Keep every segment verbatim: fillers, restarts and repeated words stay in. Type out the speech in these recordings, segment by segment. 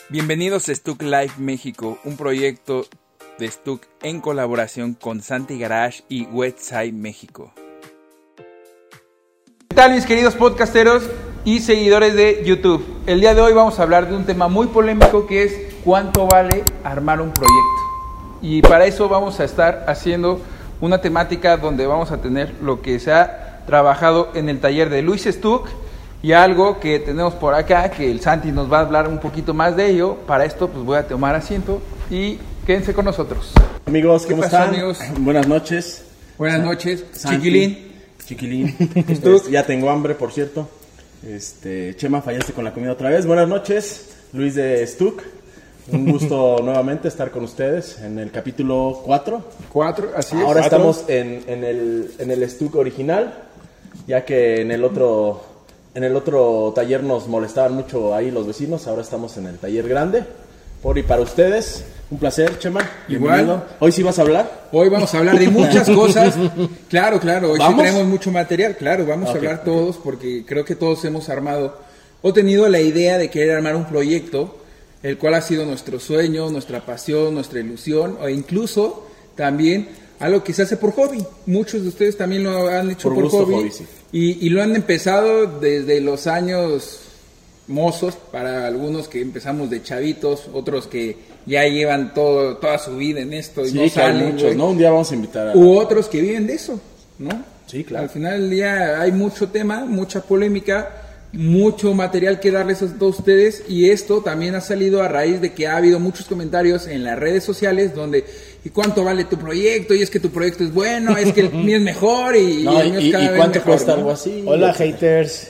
Bienvenidos a Stuck Live México, un proyecto de Stuck en colaboración con Santi Garage y Westside México. ¿Qué tal, mis queridos podcasteros y seguidores de YouTube? El día de hoy vamos a hablar de un tema muy polémico, que es cuánto vale armar un proyecto. Y para eso vamos a estar haciendo una temática donde vamos a tener lo que se ha trabajado en el taller de Luis Stuck y algo que tenemos por acá, que el Santi nos va a hablar un poquito más de ello. Para esto pues voy a tomar asiento y quédense con nosotros. Amigos, ¿cómo pasó, están? Amigos? Buenas noches. Buenas noches, Santi. Chiquilín. Chiquilín. Este, ya tengo hambre, por cierto. Este, Chema, fallaste con la comida otra vez. Buenas noches, Luis de Stuck. Un gusto nuevamente estar con ustedes en el capítulo cuatro. Cuatro, así es. Ahora cuatro. estamos en, en, el, en el Stuck original, ya que en el otro... En el otro taller nos molestaban mucho ahí los vecinos. Ahora estamos en el taller grande. Por y para ustedes, un placer, Chema. Igual. Bienvenido. Hoy sí vas a hablar. Hoy vamos a hablar de muchas cosas. Claro, claro. Hoy sí ¿Vamos? tenemos mucho material. Claro, vamos Okay, a hablar okay. todos, porque creo que todos hemos armado o tenido la idea de querer armar un proyecto, el cual ha sido nuestro sueño, nuestra pasión, nuestra ilusión, o incluso también algo que se hace por hobby. Muchos de ustedes también lo han hecho Por por, gusto, hobby, hobby, sí. y, y lo han empezado desde los años mozos, para algunos que empezamos de chavitos, otros que ya llevan todo, toda su vida en esto y Sí, no que hay salen, muchos, güey. ¿no? Un día vamos a invitar a... U otros que viven de eso, ¿no? Sí, claro. Al final del día hay mucho tema, mucha polémica, mucho material que darles a todos ustedes, y esto también ha salido a raíz de que ha habido muchos comentarios en las redes sociales donde ¿y cuánto vale tu proyecto? Y es que tu proyecto es bueno, es que el mío es mejor y, No, y el mío y, es cada y vez cuánto mejor, cuesta ¿no? algo así. Hola, haters.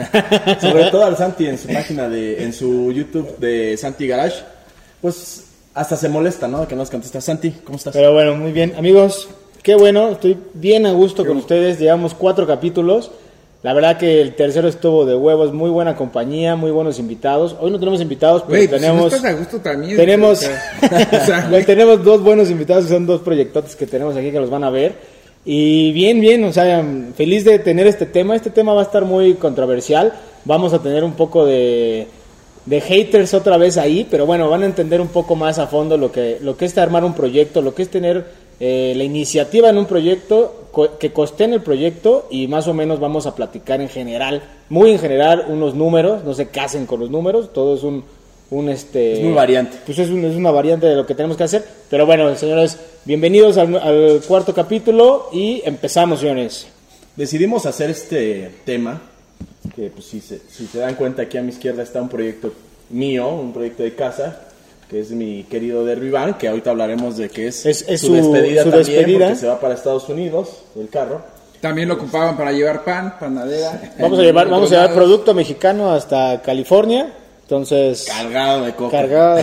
Sobre todo al Santi en su página de, en su YouTube de Santi Garage, pues hasta se molesta, ¿no? Que nos contesta. Santi, ¿cómo estás? Pero bueno, muy bien. Amigos, qué bueno. Estoy bien a gusto con ustedes. Llevamos cuatro capítulos. La verdad que el tercero estuvo de huevos. Muy buena compañía, muy buenos invitados. Hoy no tenemos invitados, pero Güey, pues tenemos... si no estás a gusto también. Tenemos, O sea, o sea, güey, tenemos dos buenos invitados, que son dos proyectotes que tenemos aquí que los van a ver. Y bien, bien, o sea, feliz de tener este tema. Este tema va a estar muy controversial. Vamos a tener un poco de, de haters otra vez ahí, pero bueno, van a entender un poco más a fondo lo que, lo que es armar un proyecto, lo que es tener eh, la iniciativa en un proyecto, co- que coste en el proyecto, y más o menos vamos a platicar en general, muy en general, unos números. No se casen con los números, todo es un... un este Es muy variante. Pues es, un, es una variante de lo que tenemos que hacer. Pero bueno, señores, bienvenidos al, al cuarto capítulo y empezamos, señores. Decidimos hacer este tema, que pues si se, si se dan cuenta, aquí a mi izquierda está un proyecto mío, un proyecto de casa, que es mi querido Derriban, que ahorita hablaremos de que es, Es- es su, su- despedida su también, despedida. porque se va para Estados Unidos, el carro. también lo ocupaban para llevar pan, panadera. Vamos a en llevar, otros vamos a llevar lados. producto mexicano hasta California. Entonces, Cargado de coca. cargado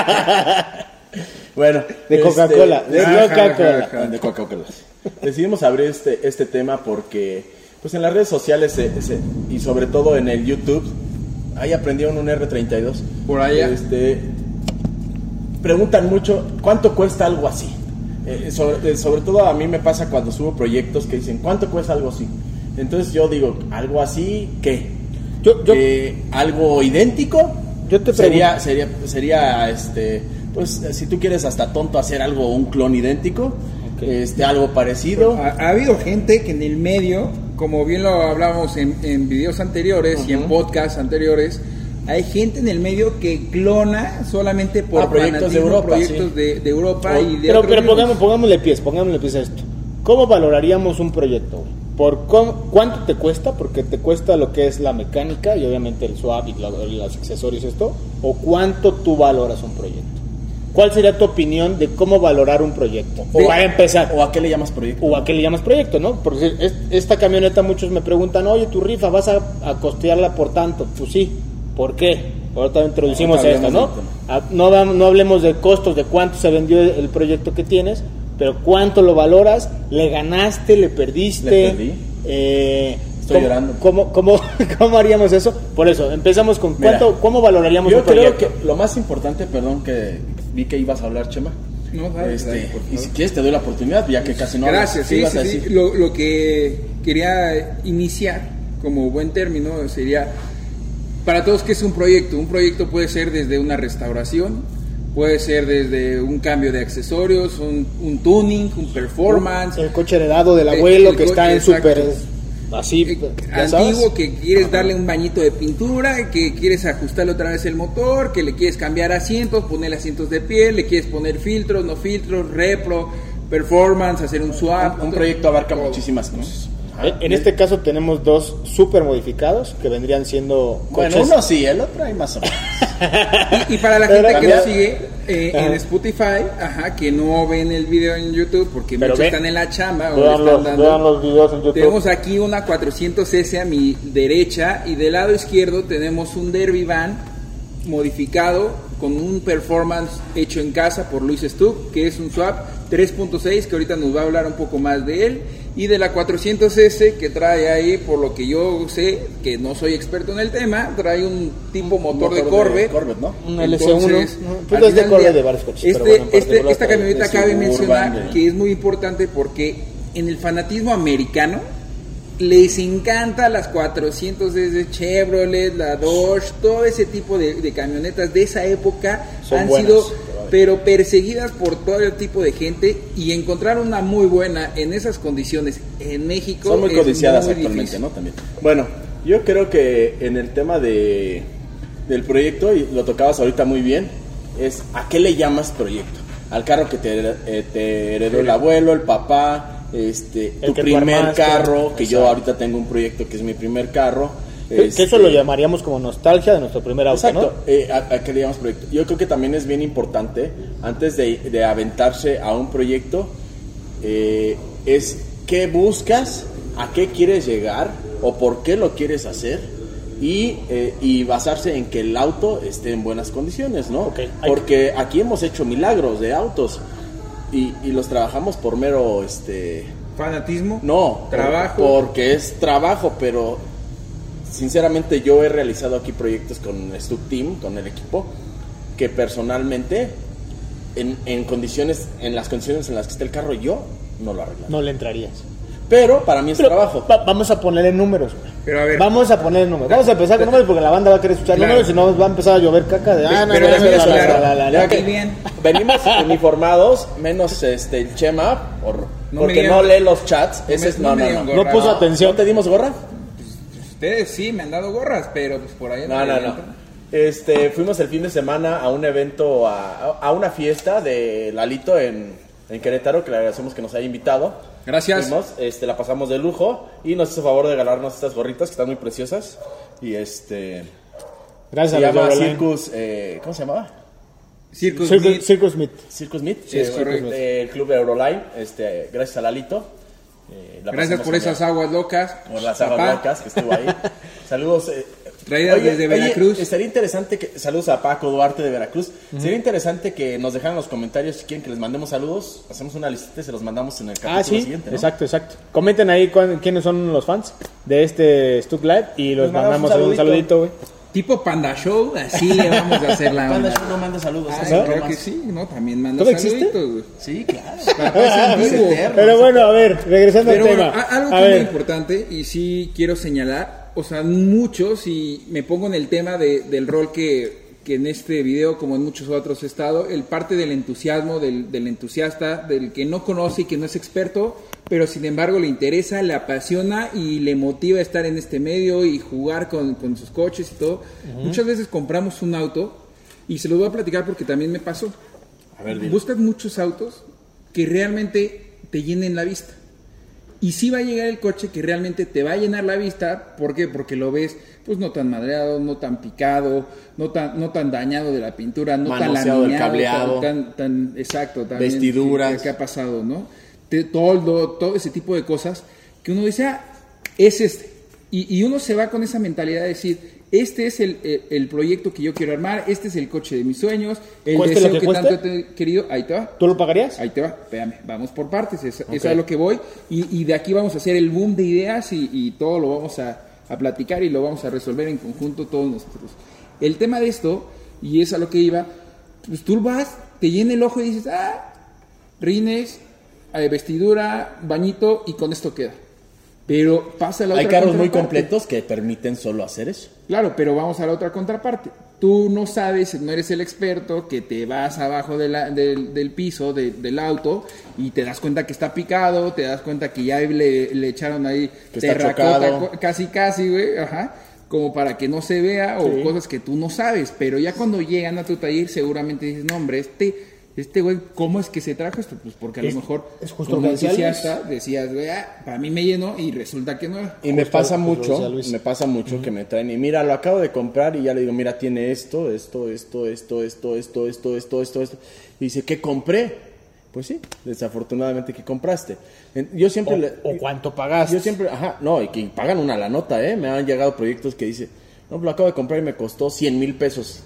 Bueno, de este, Coca-Cola, de Ajá, Coca-Cola. ajá. de Coca-Cola. Decidimos abrir este, este tema porque pues en las redes sociales se- se- y sobre todo en el YouTube, ahí aprendieron un erre treinta y dos. Por allá. Este, preguntan mucho, ¿cuánto cuesta algo así? Eh, sobre, eh, sobre todo a mí me pasa cuando subo proyectos que dicen, ¿cuánto cuesta algo así? Entonces yo digo, ¿algo así qué? Yo, yo, Eh, ¿Algo idéntico? Yo te sería, sería, sería, este, pues, si tú quieres hasta tonto hacer algo, un clon idéntico, Ok. este, algo parecido. Ha, ha habido gente que en el medio, como bien lo hablábamos en, en videos anteriores y en Ujú. podcasts anteriores, hay gente en el medio que clona solamente por Ah, proyectos de fanatismo, Europa, proyectos sí. de, de Europa O- y de pero otros pero lados. pongamos, pongámosle pies, pongámosle pies a esto. ¿Cómo valoraríamos un proyecto, güey? ¿Por cómo- cuánto te cuesta? Porque te cuesta lo que es la mecánica y obviamente el swap y la- los accesorios, esto. ¿O cuánto tú valoras un proyecto? ¿Cuál sería tu opinión de cómo valorar un proyecto? O De- para empezar, ¿O a qué le llamas proyecto? o a qué le llamas proyecto, ¿no? Porque es- esta camioneta, muchos me preguntan, oye, tu rifa, ¿vas a, a costearla por tanto? Pues sí. ¿Por qué? Ahorita introducimos Ahorita esto, hablemos ¿no? del Ah, No, vam- no hablemos de costos, de cuánto se vendió el proyecto que tienes, pero cuánto lo valoras, le ganaste, le perdiste. Le perdí. Eh, Estoy ¿cómo, llorando. ¿cómo, cómo, cómo haríamos eso? Por eso, empezamos con Mira, cuánto, cómo valoraríamos Yo un creo proyecto. que lo más importante, perdón que vi que ibas a hablar, Chema. No, dale, Este, dale, por y favor. si quieres te doy la oportunidad, ya que casi no hablas. Gracias, ¿Qué sí, ibas sí, a sí. decir? Lo, lo que quería iniciar como buen término sería para todos, ¿qué es un proyecto? Un proyecto puede ser desde una restauración, puede ser desde un cambio de accesorios, un, un tuning, un performance. El coche heredado del abuelo el, el que co- está en exacto. súper así, Eh, ya antiguo, sabes. que quieres darle un bañito de pintura, que quieres ajustarle otra vez el motor, que le quieres cambiar asientos, poner asientos de piel, le quieres poner filtros, no filtros, repro, performance, hacer un swap. Un, un proyecto abarca muchísimas cosas. En, en este caso tenemos dos super modificados que vendrían siendo Bueno, coches. uno sí, el otro hay más o menos. Y, y para la gente Pero que nos también- sigue eh, en Ajá. Spotify, ajá, que no ven el video en YouTube porque Pero muchos ve- están en la chamba o le Vean están los, dando. vean los videos en YouTube. Tenemos aquí una cuatrocientos ese a mi derecha y del lado izquierdo tenemos un Derby Van modificado con un performance hecho en casa por Luis Stuck, que es un swap tres punto seis, que ahorita nos va a hablar un poco más de él, y de la cuatrocientos ese que trae ahí, por lo que yo sé, que no soy experto en el tema, trae un tipo motor, de Corvette. Corvette, ¿no? Un L C uno. Entonces, Pues al es de final Corvette del de día, varios coches, Este, pero bueno, en este- particular esta trae camioneta de cabe Suburban, mencionar de- que es muy importante porque en el fanatismo americano les encanta las cuatrocientos de Chevrolet, la Dodge, todo ese tipo de, de camionetas de esa época Son han buenas, sido pero pero perseguidas por todo el tipo de gente, y encontrar una muy buena en esas condiciones en México Son muy es codiciadas muy actualmente, difícil. ¿no? También. Bueno, yo creo que en el tema de del proyecto, y lo tocabas ahorita muy bien, es ¿a qué le llamas proyecto? Al carro que te, eh, te heredó el abuelo, el papá, este, El tu que tú primer armaste. carro, que yo Exacto. ahorita tengo un proyecto que es mi primer carro. Que, que este, eso lo llamaríamos como nostalgia de nuestro primer auto, Exacto, ¿no? eh, a, a qué le llamamos proyecto. Yo creo que también es bien importante, antes de, de aventarse a un proyecto, eh, es qué buscas, a qué quieres llegar o por qué lo quieres hacer, y, eh, y basarse en que el auto esté en buenas condiciones, ¿no? Ok, hay- Porque aquí hemos hecho milagros de autos y, y los trabajamos por mero, este, Fanatismo, no, por- trabajo. porque es trabajo, pero sinceramente yo he realizado aquí proyectos con Stuck Team, con el equipo, que personalmente en, en condiciones, en las condiciones en las que está el carro, yo no lo arreglo. No le entrarías. Pero para mí es Pero trabajo. va- vamos a ponerle números, güey. Pero a ver, Vamos a poner números. Vamos a empezar con números porque la banda va a querer escuchar Claro. números y no va a empezar a llover caca de ah, no, pero no, déjame no, la, claro, la, la, la, ya la, que que- bien. Venimos uniformados, menos este el Chema, por- No me porque digan- no lee los chats. Ese me- es, no no, me no, digan no. no gorra. puso No, atención. ¿No te dimos gorra? Ustedes sí me han dado gorras, pero pues por ahí No, no, no. Este, fuimos el fin de semana a un evento, a, a una fiesta de Lalito en, en Querétaro, que le agradecemos que nos haya invitado. Gracias. Fuimos, este, la pasamos de lujo y nos hizo favor de regalarnos estas gorritas que están muy preciosas. Y este, Gracias se a los llama de Overline. Circus, eh, ¿cómo se llamaba? Circus Circus, Beat. Circus Meet. Circus Meet. Sí, es eh, correcto. eh, el club de Euroline, este, gracias a Lalito. Eh, la Gracias pasamos por esas genial. aguas locas. Por las Papá. aguas locas que estuvo ahí. Saludos. eh, Traídas desde Veracruz. Estaría interesante que. Saludos a Paco Duarte de Veracruz. Sería interesante que nos dejaran en los comentarios si quieren que les mandemos saludos. Hacemos una listita y se los mandamos en el capítulo Ah, sí, siguiente, ¿no? exacto, exacto. Comenten ahí cuán- quiénes son los fans de este Stuck Live y los Les mandamos mandamos un un saludito, güey. Tipo Panda Show, así le vamos a hacer la Panda onda. Show no manda saludos. Ah, hace claro bromas. que sí, ¿no? También manda ¿Todo existe? saluditos, güey. Sí, claro. Papá es en vivo. Pero bueno, a ver, regresando Pero al bueno, tema. a- algo que a es muy ver, importante y sí quiero señalar, o sea, muchos, y me pongo en el tema de, del rol que, que en este video, como en muchos otros he estado, el parte del entusiasmo, del, del entusiasta, del que no conoce y que no es experto, pero sin embargo le interesa, le apasiona y le motiva a estar en este medio y jugar con, con sus coches y todo. Muchas veces compramos un auto, y se los voy a platicar porque también me pasó. A ver, dile. Buscas muchos autos que realmente te llenen la vista. Y sí va a llegar el coche que realmente te va a llenar la vista. ¿Por qué? Porque lo ves pues no tan madreado, no tan picado, no tan, no tan dañado de la pintura, no tan Manoseado el laminado, cableado. tan, tan, tan- exacto, también, Vestiduras. que, que ha pasado, ¿no? Te- todo, todo ese tipo de cosas que uno dice, ah, es este. Y, y uno se va con esa mentalidad de decir, este es el, el, el proyecto que yo quiero armar, este es el coche de mis sueños, el Cueste deseo lo que que, cueste. tanto he querido, ahí te va. ¿tú lo pagarías? Ahí te va, espérame, vamos por partes, es, Ok. es a lo que voy, y, y de aquí vamos a hacer el boom de ideas y, y todo lo vamos a, a platicar y lo vamos a resolver en conjunto todos nosotros. El tema de esto, y es a lo que iba, pues tú vas, te llena el ojo y dices, ah, rines, eh, vestidura, bañito, y con esto queda. Pero pasa la Hay otra carros muy contraparte. completos que permiten solo hacer eso. Claro, pero vamos a la otra contraparte. Tú no sabes, no eres el experto, que te vas abajo de la, del, del piso de, del auto y te das cuenta que está picado, te das cuenta que ya le, le echaron ahí Que está terracota, chocado. co- casi casi, güey, ajá, como para que no se vea o Sí. cosas que tú no sabes. Pero ya cuando llegan a tu taller seguramente dices, no hombre, este... Este güey, ¿cómo es que se trajo esto? Pues porque a lo Es- mejor es justo como lo que decía Luis. entusiasta decías, güey, ah, para mí me llenó y resulta que no era. Y me Justo, pasa justo mucho, decía Luis. me pasa mucho que me traen y mira, lo acabo de comprar y ya le digo, mira, tiene esto, esto, esto, esto, esto, esto, esto, esto, esto, esto. Y dice, ¿qué compré? Pues sí, desafortunadamente, ¿qué compraste? En- Yo siempre... le- O, o cuánto pagaste. Yo siempre, ajá, no, y que pagan una la nota, ¿eh? Me han llegado proyectos que dice, no, lo acabo de comprar y me costó cien mil pesos.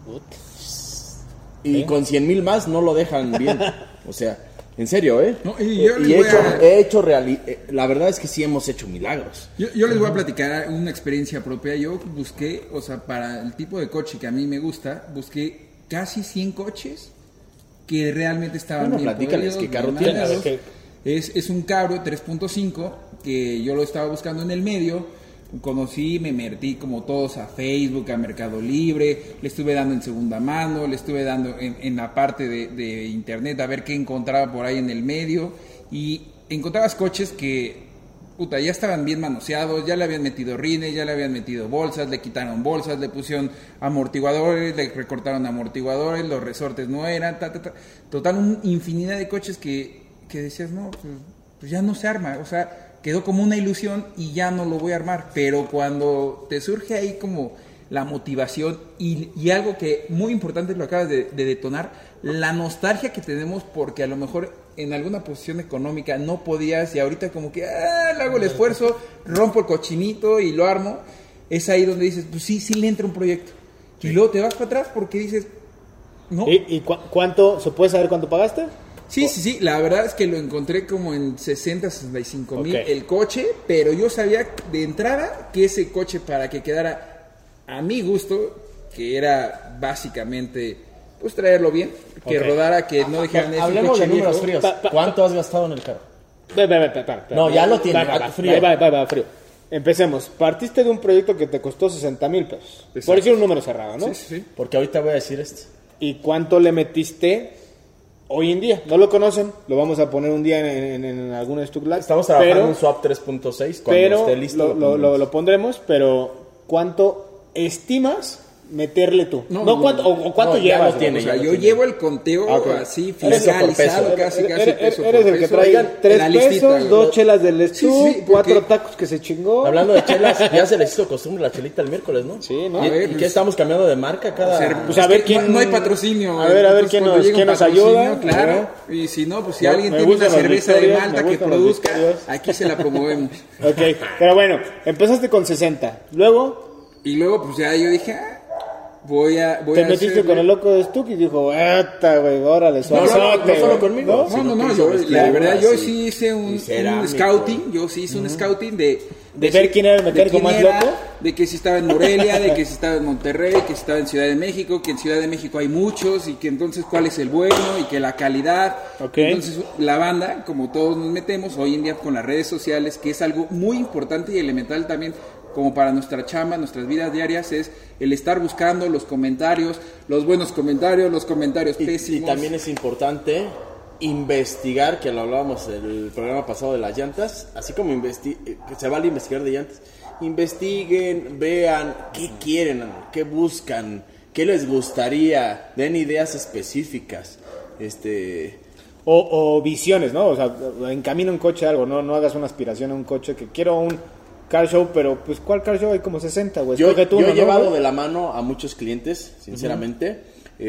Y ¿Eh? con cien mil más no lo dejan bien. O sea, en serio, ¿eh? No, y yo les he voy hecho, a- he hecho reali- eh, la verdad es que sí hemos hecho milagros. Yo, yo les voy a platicar una experiencia propia. Yo busqué, o sea, para el tipo de coche que a mí me gusta, busqué casi cien coches que realmente estaban Bueno, bien platícales, podridos, ¿qué carro bien tienes? armados. A ver, Es, es un Cabrio tres punto cinco que yo lo estaba buscando en el medio. Conocí, me metí como todos a Facebook, a Mercado Libre, le estuve dando en segunda mano, le estuve dando en, en la parte de, de internet a ver qué encontraba por ahí en el medio y encontrabas coches que puta, ya estaban bien manoseados, ya le habían metido rines, ya le habían metido bolsas, le quitaron bolsas, le pusieron amortiguadores, le recortaron amortiguadores, los resortes no eran, ta, ta, ta. Total, una infinidad de coches que, que decías, no, pues, pues ya no se arma, o sea, quedó como una ilusión y ya no lo voy a armar, pero cuando te surge ahí como la motivación y, y algo que muy importante lo acabas de, de detonar, la nostalgia que tenemos porque a lo mejor en alguna posición económica no podías y ahorita como que ah, le hago el esfuerzo, rompo el cochinito y lo armo, es ahí donde dices, pues sí, sí le entra un proyecto. Y luego te vas para atrás porque dices, no. ¿Y, y cu- cuánto, se puede saber cuánto pagaste? Sí, sí, sí, la verdad es que lo encontré como en sesenta, sesenta y cinco mil Ok. el coche, pero yo sabía de entrada que ese coche para que quedara a mi gusto, que era básicamente pues traerlo bien, que Ok. rodara, que no dijeran "Es un Hablemos coche de números viejo". fríos. Pa- pa- ¿Cuánto has gastado en el carro? Ve, ve, ve, ve, ve, ve. No, ya lo tiene, Va, va, va, va, frío. Va, va, va, frío. Empecemos. Partiste de un proyecto que te costó sesenta mil pesos. Exacto. Por decir un número cerrado, ¿no? Sí, sí, sí. Porque ahorita voy a decir esto. ¿Y cuánto le metiste hoy en día? No lo conocen, lo vamos a poner un día en, en, en algún Stuck Live. Estamos trabajando pero, en un swap tres punto seis. Cuando pero esté listo lo, lo lo, lo, pondremos. lo pondremos, pero ¿cuánto estimas meterle tú? No, No, no, ¿cuánto, no. o, o cuánto No, ya llevas? lo tiene, O sea, ya lo yo tiene. llevo el conteo Ah, ok. así Eres fiscalizado, por peso. casi, casi Eres, peso por eres el que peso. trae Oigan, tres la listita, pesos, güey. dos chelas del Sí, Stuck, sí, porque- cuatro tacos que se chingó. Hablando de chelas, ya se les hizo costumbre la chelita el miércoles, ¿no? Sí, ¿no? ¿Y, A ver, y pues- qué estamos cambiando de marca cada...? O sea, Pues a ver es que quién- no, no hay patrocinio. a ver, a ver entonces quién cuando nos- llega quién un nos patrocinio, ayuda. Claro. A Y si no, pues si Me- alguien me tiene una gustan las cerveza de victorias, Malta me que gustan las produzca, victorias. aquí se la promovemos. Ok, pero bueno, empezaste con sesenta. Luego Y luego, pues ya yo dije, ah, voy a. Voy te a metiste hacerle- con el loco de Stuck y dijo, ¡eta, güey! Órale, No, no, no, suazote, no solo güey". conmigo. ¿No? No, no, no, Sino yo, que hizo la verdad, yo vestiduras sí y- hice un, y un cerámico. scouting, yo sí hice un scouting de... De ver quién era el de mecánico quién más era, loco. de que si estaba en Morelia, de que si estaba en Monterrey, que si estaba en Ciudad de México, que en Ciudad de México hay muchos y que entonces cuál es el bueno y que la calidad. Ok. Entonces la banda, como todos nos metemos hoy en día con las redes sociales, que es algo muy importante y elemental también como para nuestra chamba, nuestras vidas diarias, es el estar buscando los comentarios, los buenos comentarios, los comentarios Y, y pésimos. también es importante investigar, que lo hablábamos en el programa pasado de las llantas, así como investi que se vale investigar de llantas, investiguen, vean qué quieren, qué buscan, qué les gustaría, den ideas específicas. Este, O, o visiones, ¿no? O sea, encamina un coche a algo, no, no hagas una aspiración a un coche que quiero un car show, pero pues ¿cuál car show? Hay como sesenta, güey. yo Escoge tú yo uno, he ¿no, llevado güey? de la mano a muchos clientes, sinceramente,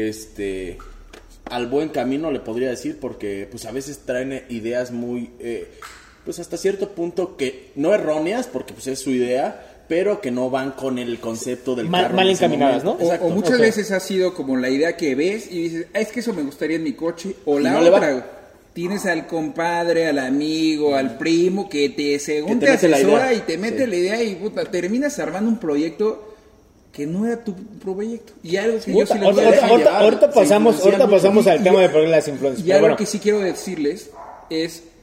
este, al buen camino le podría decir, porque pues a veces traen ideas muy, eh, pues hasta cierto punto que no erróneas, porque pues es su idea, pero que no van con el concepto del Mal- carro mal en ese encaminadas, momento. ¿no? O, Exacto. o muchas Ok. veces ha sido como la idea que ves y dices, ah, es que eso me gustaría en mi coche. O la no le va. otra, tienes al compadre, al amigo, al primo que te según Que te te, mete la asesora idea. y te mete Sí. la idea y puta, terminas armando un proyecto que no era tu proyecto. Y algo que yo Puta, sí les ahorita, voy a ahorita- decir, ahorita- llevar, ahorita se pasamos, influencian ahorita mucho. pasamos al Y- tema y- de poner las influencias. y pero algo bueno, que sí quiero decirles es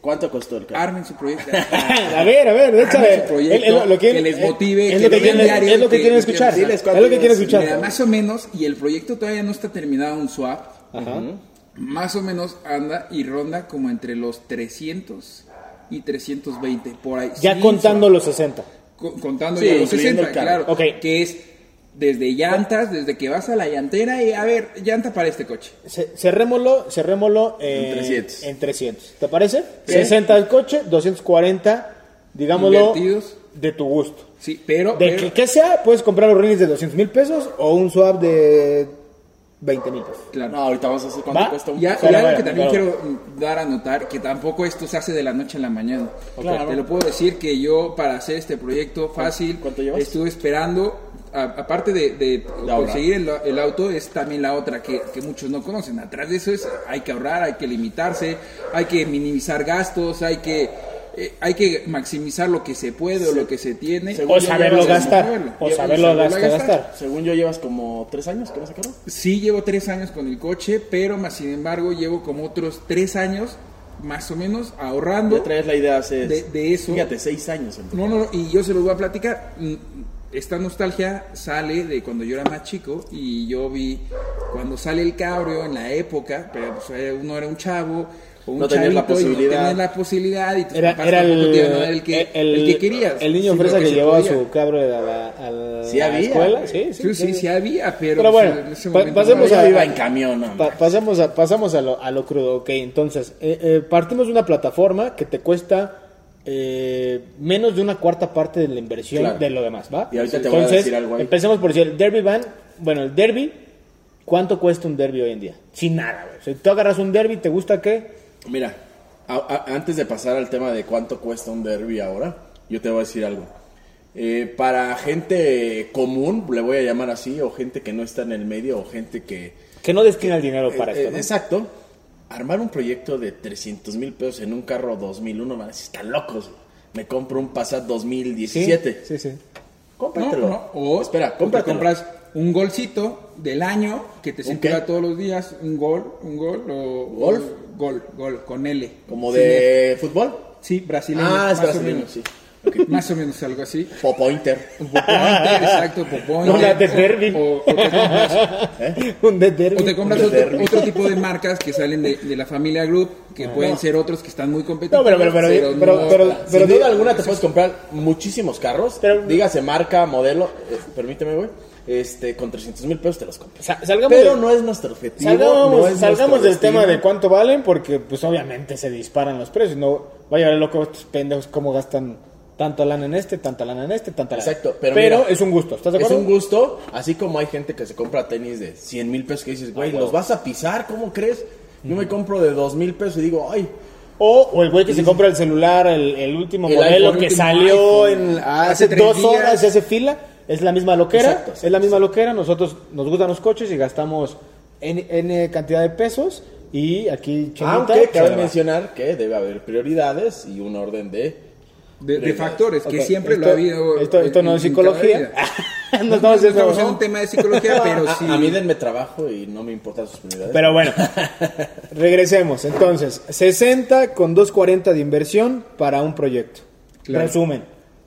¿Cuánto costó el carro? Armen su proyecto. A ver, a ver, échale. Armen su proyecto, El- el- lo que, que- les eh, motive, es que lo que lo vean quieren- diario, es lo que quieren escuchar. diles Es cuánto lo que quieren es. escuchar. Mira, más o menos, y el proyecto todavía no está terminado un swap, Ajá. más o menos anda y ronda como entre los trescientos y trescientos veinte, por ahí. Ya sin contando swap. los sesenta. Co- contando Sí, ya los incluyendo sesenta, el carro. claro. Ok. Que es desde llantas, desde que vas a la llantera y a ver, llanta para este coche. Ce- Cerrémoslo, cerrémoslo eh, En trescientos. en trescientos. ¿Te parece? Sí. sesenta el coche, doscientos cuarenta, digámoslo, Invertidos. de tu gusto. Sí, pero, De pero- que, que sea, puedes comprar los rines de doscientos mil pesos o un swap de veinte mil pesos. claro. No, ahorita vamos a hacer cuánto ¿Va? cuesta un... Ya, Pero y algo bueno, que también pero- quiero mm, dar a notar, que tampoco esto se hace de la noche a la mañana. Claro. Te lo puedo decir que yo para hacer este proyecto fácil, ¿Cuánto llevas? estuve esperando, a- aparte de, de ahorrar. conseguir el, el auto, es también la otra que, que muchos no conocen. Atrás de eso es, hay que ahorrar, hay que limitarse, hay que minimizar gastos, hay que... eh, hay que maximizar lo que se puede o lo que se tiene. Según O yo saberlo llevas- gastar. moverlo. O Y- y saberlo saberlo gastar. gastar. gastar. Según yo llevas como tres años con ese carro. Sí llevo tres años con el coche, pero más sin embargo llevo como otros tres años más o menos ahorrando. Ya traes la idea hace... De- de eso. Fíjate, seis años. en tu- No, no, no, y yo se los voy a platicar. Mm, Esta nostalgia sale de cuando yo era más chico y yo vi cuando sale el cabrio en la época, pero pues, eh, uno era un chavo o un No tenías la chavito y no posibilidad. tenías la posibilidad y tus Era, papás era el, tampoco te iban a dar el que, el, que querías. El niño Sí, fresa lo que se llevaba podía. su cabro a la, a la Sí había, escuela. güey. Sí, Sí, sí, sí había, pero, Pero bueno, pues, en ese pa- momento pasemos no a- Yo había. iba en camión, no. Pa- pasamos a, pasamos a, lo, a lo crudo. Ok, entonces, eh, eh, partimos de una plataforma que te cuesta eh, menos de una cuarta parte de la inversión Claro. de lo demás, ¿va? Y ahorita te voy a Entonces, decir algo ahí. empecemos por decir, el Derby Van, bueno, el Derby, ¿cuánto cuesta un Derby hoy en día? Sin nada, güey. Si tú agarras un Derby, ¿te gusta qué? Mira, a- a- antes de pasar al tema de cuánto cuesta un derby ahora, yo te voy a decir algo. Eh, para gente común, le voy a llamar así, o gente que no está en el medio, o gente que... Que no destina el dinero para Eh, esto, eh, ¿no? Exacto. Armar un proyecto de trescientos mil pesos en un carro dos mil uno, man, están locos. Güey. Me compro un Passat dos mil Sí, diecisiete. sí, sí. No, Cómpratelo. no, o Espera, o te cómpratelo. compras un golcito del año que te ¿Un circula qué? todos los días, un gol, un gol o ¿Golf? un gol, gol con L. Como Sí, de fútbol. Sí, brasileño. Ah, es más o brasileño, menos. sí. Ok. Más o menos algo así. Popointer. Un popointer, exacto, popointer. Una de derby. O, o te compras, Un de Derby. o te compras Un otro, derby. otro tipo de marcas que salen de, de la familia Group, que pueden ser otros que están muy competitivos. No, pero- pero- pero- pero- no- pero- Sin pero duda diga- alguna te puedes comprar muchísimos carros. Pero- dígase marca, modelo. eh, permíteme, güey. Este, con trescientos mil pesos te los compras. Sa- salgamos Pero de- no es nuestro objetivo. Salgamos, no es salgamos nuestro del tema destino. de cuánto valen, porque pues obviamente se disparan los precios. No vaya a ver loco estos pendejos cómo gastan tanta lana en este, tanta lana en este, tanta lana. Exacto, pero mira, es un gusto, ¿estás de Es acuerdo? un gusto, así como hay gente que se compra tenis de cien mil pesos que dices, güey, Ah, ¿los huevo. vas a pisar? ¿Cómo crees? Yo me compro de dos mil pesos y digo, ay, O, o el güey que se compra el celular, el, el último El modelo iPhone, que el último salió iPhone. en, hace, Hace tres dos días. horas, se hace fila, es la misma loquera, Exacto, exacto, es la misma loquera. Nosotros nos gustan los coches y gastamos N, N cantidad de pesos. Y aquí, Chenita, aunque se cabe le va. mencionar que debe haber prioridades y un orden de... de, de factores, que Ok, siempre esto- lo ha habido. Esto, esto en- no es en cada psicología. vida. no No, estamos no haciendo- estamos en un tema de psicología, pero a, sí. a mí denme trabajo y no me importan sus prioridades. Pero bueno, regresemos. Entonces, sesenta con doscientos cuarenta de inversión para un proyecto. Claro. Resumen.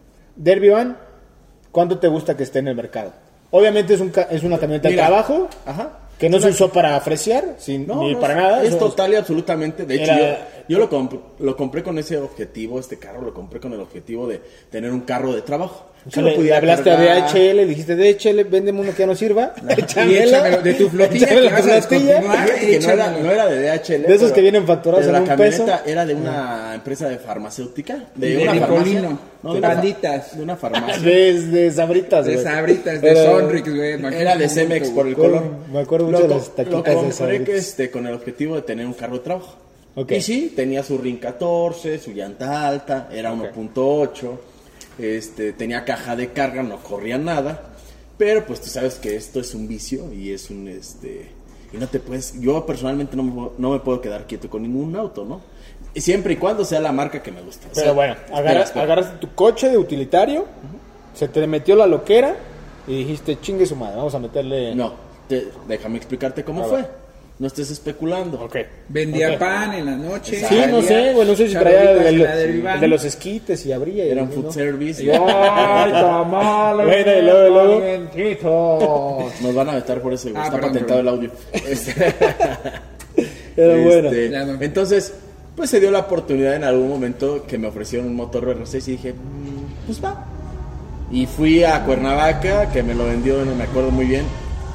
Derby Van, ¿cuánto te gusta que esté en el mercado? Obviamente es, un ca- es una camioneta Mira, de trabajo Ajá. que no se usó para fresear, sin, No, ni no, para es- nada. Es Eso- total y absolutamente. De hecho, Era- yo, yo lo, comp- lo compré con ese objetivo, este carro lo compré con el objetivo de tener un carro de trabajo. O Que sea, lo le, le pudiera hablaste a cargar. D H L, le dijiste D H L, véndeme uno que ya no sirva. Y échamelo de tu flotilla, Échamelo que de tu vas a flotilla. descontinuar. Fíjate que no era, Échamelo. no era de D H L. De esos pero- que vienen facturados pero en la un peso. camioneta era de una empresa de farmacéutica. De, De una Ripolino, farmacia. No, de de una, fa- banditas. de una farmacia. De, de sabritas, De güey. sabritas, de Pero- Sonrix, güey. me Era de acuerdo Cemex mucho, por el Recuerdo- color. me acuerdo mucho Lo de co- las taquitas Lo de compré Sabritas. que, este, con el objetivo de tener un carro de trabajo. Ok. Y sí, tenía su rin catorce, su llanta alta, era uno punto ocho, este, tenía caja de carga, no corría nada. Pero pues tú sabes que esto es un vicio y es un este y no te puedes, yo personalmente no me, puedo- no me puedo quedar quieto con ningún auto, ¿no? Y siempre y cuando sea la marca que me gusta. O Pero sea, bueno, espera, agarras, espera. agarraste tu coche de utilitario, se te metió la loquera y dijiste, chingue su madre, vamos a meterle... No, te- déjame explicarte cómo Ah, fue. va. no estés especulando. Ok. Vendía Ok. pan en la noche. Sí, no sé, güey, no sé si traía charolitas el, en la Derby el Van. de los esquites y abría. y Era un ¿no? food service. ¡Ay, tamales! Bueno, y luego, y luego. Calientitos. Nos van a vetar por ese, güey. Ah, Está perdón, patentado perdón. el audio. Este, Era bueno. este, Ya no. Entonces, pues se dio la oportunidad en algún momento que me ofrecieron un motor B R seis y dije, "Mm, pues va. Y fui a Cuernavaca, que me lo vendió, no me acuerdo muy bien,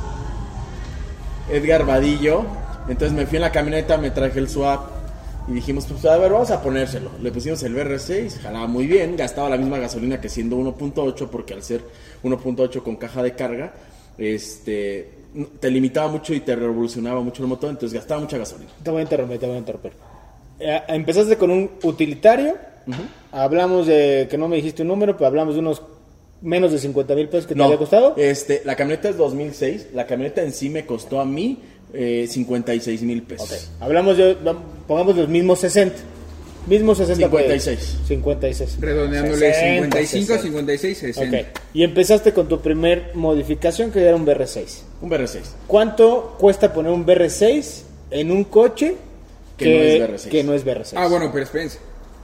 Edgar Vadillo. Entonces me fui en la camioneta, me traje el swap y dijimos, pues a ver, vamos a ponérselo. Le pusimos el B R seis, jalaba muy bien, gastaba la misma gasolina que siendo uno punto ocho, porque al ser uno punto ocho con caja de carga, este, te limitaba mucho y te revolucionaba mucho el motor, entonces gastaba mucha gasolina. Te voy a interrumpir, te voy a interrumpir. Eh, empezaste con un utilitario. Hablamos de, que no me dijiste un número, pero hablamos de unos menos de cincuenta mil pesos que te había costado. Este, la camioneta es dos mil seis, la camioneta en sí me costó a mí eh, cincuenta y seis mil pesos. Ok. Hablamos de, pongamos los mismos sesenta. Mismos sesenta. cincuenta y seis. pues, cincuenta y seis. Redondeándole sesenta, cincuenta y cinco, sesenta. cincuenta y seis, sesenta. Ok. Y empezaste con tu primer modificación, que era un B R seis. Un B R seis. ¿Cuánto cuesta poner un B R seis en un coche Que no es B R seis? que no es B R seis? Ah, bueno, pero espérense.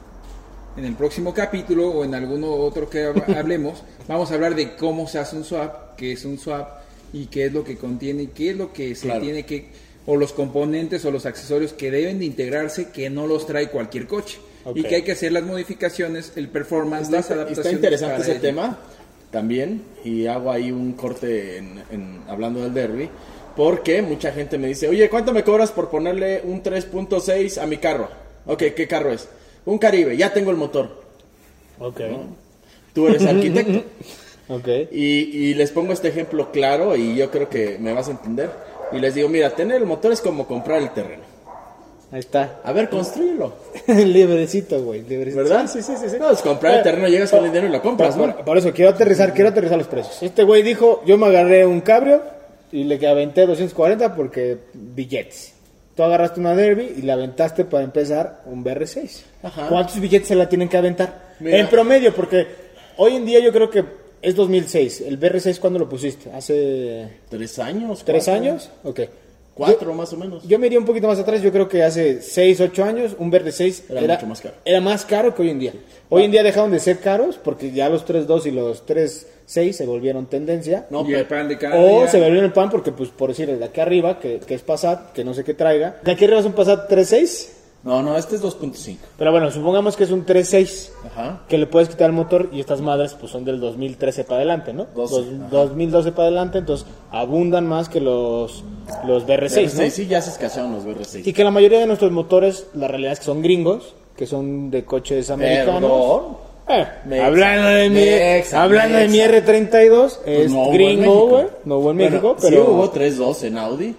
En el próximo capítulo o en alguno otro que hab- hablemos, vamos a hablar de cómo se hace un swap, qué es un swap y qué es lo que contiene y qué es lo que se Claro. tiene que, o los componentes o los accesorios que deben de integrarse que no los trae cualquier coche. Ok. Y que hay que hacer las modificaciones, el performance, las Está, adaptaciones. está interesante para ese ello. tema también, y hago ahí un corte en, en- hablando del Derby, porque mucha gente me dice, oye, ¿cuánto me cobras por ponerle un tres punto seis a mi carro? Ok, ¿qué carro es? Un Caribe, ya tengo el motor. Ok. Tú eres arquitecto. Ok. Y, y les pongo este ejemplo claro y yo creo que me vas a entender. Y les digo, mira, tener el motor es como comprar el terreno. Ahí está. A ver, construyelo. Librecito, güey. Librecito. ¿Verdad? Sí, sí, sí, sí. No, es comprar el terreno, llegas con el dinero y lo compras, por, ¿no? por- por eso quiero aterrizar, quiero aterrizar los precios. Este güey dijo, yo me agarré un cabrio y le aventé doscientos cuarenta porque billetes. Tú agarraste una Derby y la aventaste para empezar un B R seis. Ajá. ¿Cuántos billetes se la tienen que aventar? Mira. En promedio, porque hoy en día yo creo que es dos mil seis. ¿El B R seis cuándo lo pusiste? ¿Hace Tres años. tres cuatro. años? Ok. Cuatro más o menos. Yo me iría un poquito más atrás, yo creo que hace seis, ocho años un B R seis Era era, mucho más caro. era más caro que hoy en día. Hoy en día dejaron de ser caros porque ya los tres punto dos y los tres punto seis se volvieron tendencia. No, Y el pero- pan de cada O día. se volvieron el pan porque, pues, por decir, el de aquí arriba, que, que es Passat, que no sé qué traiga. De aquí arriba es un Passat tres punto seis, No, no, este es dos punto cinco. pero bueno, supongamos que es un tres punto seis. Ajá. Que le puedes quitar el motor y estas madres pues son del dos mil trece para adelante, ¿no? doce, Dos- ajá. dos mil doce para adelante, entonces abundan más que los, los B R seis, ¿no? Sí, sí, ya se escasearon los B R seis. Y que la mayoría de nuestros motores, la realidad es que son gringos, que son de coches americanos. Perdón. Eh, Mexa, hablando de mi, Mexa, hablando de mi Mexa. R treinta y dos, Pues es no hubo en gringo, México. güey. No hubo en Bueno, México, sí pero... hubo tres punto dos en Audi.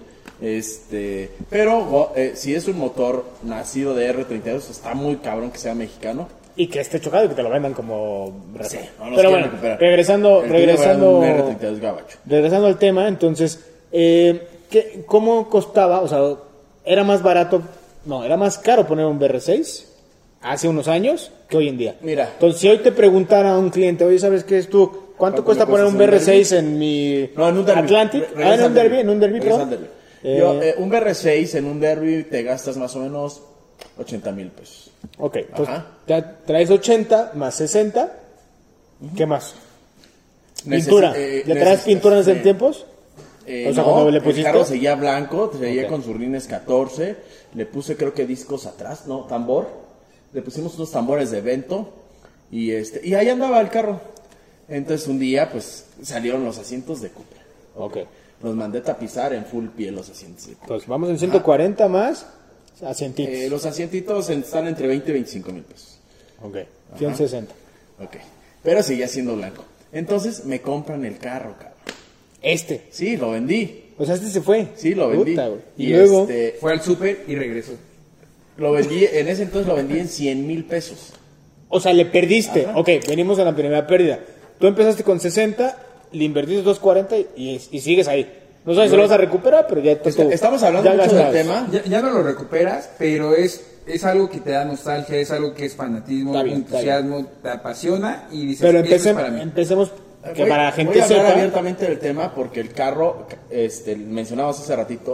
Este, pero eh, si es un motor nacido de R treinta y dos, está muy cabrón que sea mexicano. Y que esté chocado y que te lo vendan como... Sí, no los pero quieren bueno, recuperar. regresando, El tuyo era regresando... un R treinta y dos gabacho. Regresando al tema, entonces, eh, ¿qué, ¿cómo costaba? O sea, ¿era más barato? No, ¿era más caro poner un B R seis hace unos años que hoy en día? Mira. Entonces, si hoy te preguntara a un cliente, oye, ¿sabes qué es tú? ¿Cuánto ¿Cuánto cuesta me poner cuesta un B R un seis Derby? en mi No, en un derby. Atlantic? Re- Ah, regresa en al un derby, en un derby, Regresa perdón. al derby. Eh, Yo, eh, un B R seis en un derby te gastas más o menos ochenta mil pesos. Ok, entonces, Ajá. ya traes ochenta más sesenta. ¿Qué más? Necesi- Pintura. eh, ¿Ya traes necesitas- pintura en ese eh, tiempos? Eh, O sea, no, cuando le el pusiste- carro seguía blanco, seguía Ok. con sus rines catorce, le puse creo que discos atrás, no, tambor, le pusimos unos tambores de Vento y este y ahí andaba el carro. Entonces un día pues salieron los asientos de Cupra. Ok. Los mandé tapizar en full piel los asientos de Cupra. Entonces, vamos en ciento cuarenta más asientitos. Eh, los asientitos están entre veinte y veinticinco mil pesos. Ok. ciento sesenta. Ok. Pero seguía siendo blanco. Entonces me compran el carro, cabrón. Este. Sí, lo vendí. O sea, este se fue. Sí, lo vendí. Puta, güey. y, y luego. este, Fue al súper y regresó. lo vendí, en ese entonces lo vendí en cien mil pesos. O sea, le perdiste. Ajá. Ok, venimos a la primera pérdida. Tú empezaste con sesenta, le invertiste doscientos cuarenta y, y sigues ahí. No sabes si lo vas a recuperar, pero ya te Está- estamos hablando ya mucho del gastaste. tema. Ya, ya no lo recuperas, pero es, es algo que te da nostalgia, es algo que es fanatismo, Está bien, está entusiasmo, te apasiona y dices, Pero "Esto es empecemos, para mí". empecemos que Voy- para la gente voy a hablar sepa. abiertamente del tema porque el carro, este, mencionabas hace ratito,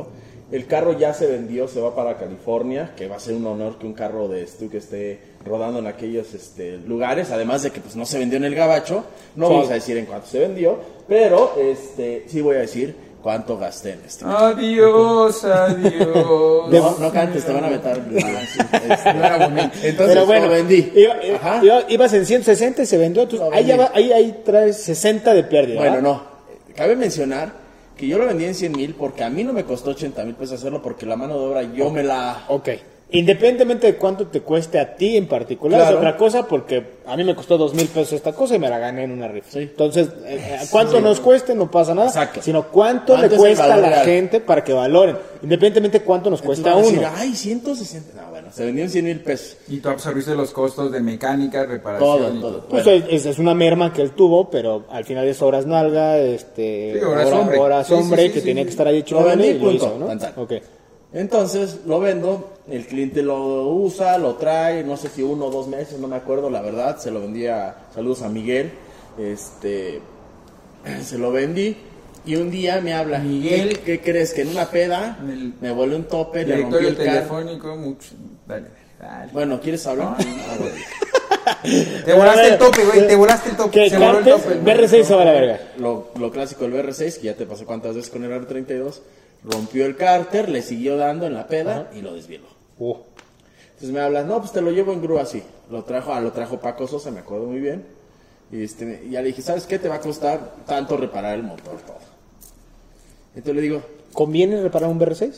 El carro ya se vendió, se va para California, que va a ser un honor que un carro de Stuck esté rodando en aquellos este, lugares, además de que pues no se vendió en el Gabacho, no sí. vamos a decir en cuánto se vendió, pero este sí voy a decir cuánto gasté en esto. Adiós, adiós. No, no cantes, te van a meter. Este, no era bonito. Entonces pero bueno, lo vendí. Iba, iba, ibas en ciento sesenta y se vendió, entonces, ahí, ya va, ahí, ahí traes sesenta de pérdida. Bueno, ¿verdad? no, cabe mencionar que yo lo vendí en cien mil porque a mí no me costó ochenta mil pesos hacerlo porque la mano de obra yo me la... Ok. Independientemente de cuánto te cueste a ti en particular, claro. es otra cosa, porque a mí me costó dos mil pesos esta cosa y me la gané en una rifa. Sí. Entonces, eh, cuánto sí. nos cueste no pasa nada, exacto. sino cuánto, ¿Cuánto le cuesta a la real? gente para que valoren, independientemente de cuánto nos cuesta a uno. Decir, ay, ciento sesenta, no, bueno, se vendió en cien mil pesos. Y tú absorbiste los costos de mecánica, reparación. Todo, y todo. todo. Pues bueno. es, es una merma que él tuvo, pero al final es horas nalga, este, sí, horas hora, hombre, horas sí, hombre sí, sí, que sí, tenía sí. que estar ahí hecho lo vendí, y lo punto, hizo, ¿no? tan, tan. Okay. Entonces lo vendo, el cliente lo usa, lo trae, no sé si uno o dos meses, no me acuerdo, la verdad, se lo vendí a, saludos a Miguel, este, se lo vendí y un día me habla, Miguel, ¿qué, qué crees? Que en una peda el me vuelve un tope, le rompí directorio el carro. telefónico, mucho, dale, dale. Bueno, ¿quieres hablar? No, no, Te volaste el tope, güey, te volaste el tope. Que se voló el cantes, tope. B R seis se va a la verga. Lo, lo clásico del B R seis, que ya te pasé cuántas veces con el R treinta y dos, rompió el cárter, le siguió dando en la peda y lo desvieló. Uh. Entonces me hablas, no, pues te lo llevo en grúa así. Lo trajo, ah, lo trajo Paco Sosa, me acuerdo muy bien. Y este, ya le dije, ¿sabes qué? Te va a costar tanto reparar el motor, todo. Entonces le digo, ¿conviene reparar un B R seis?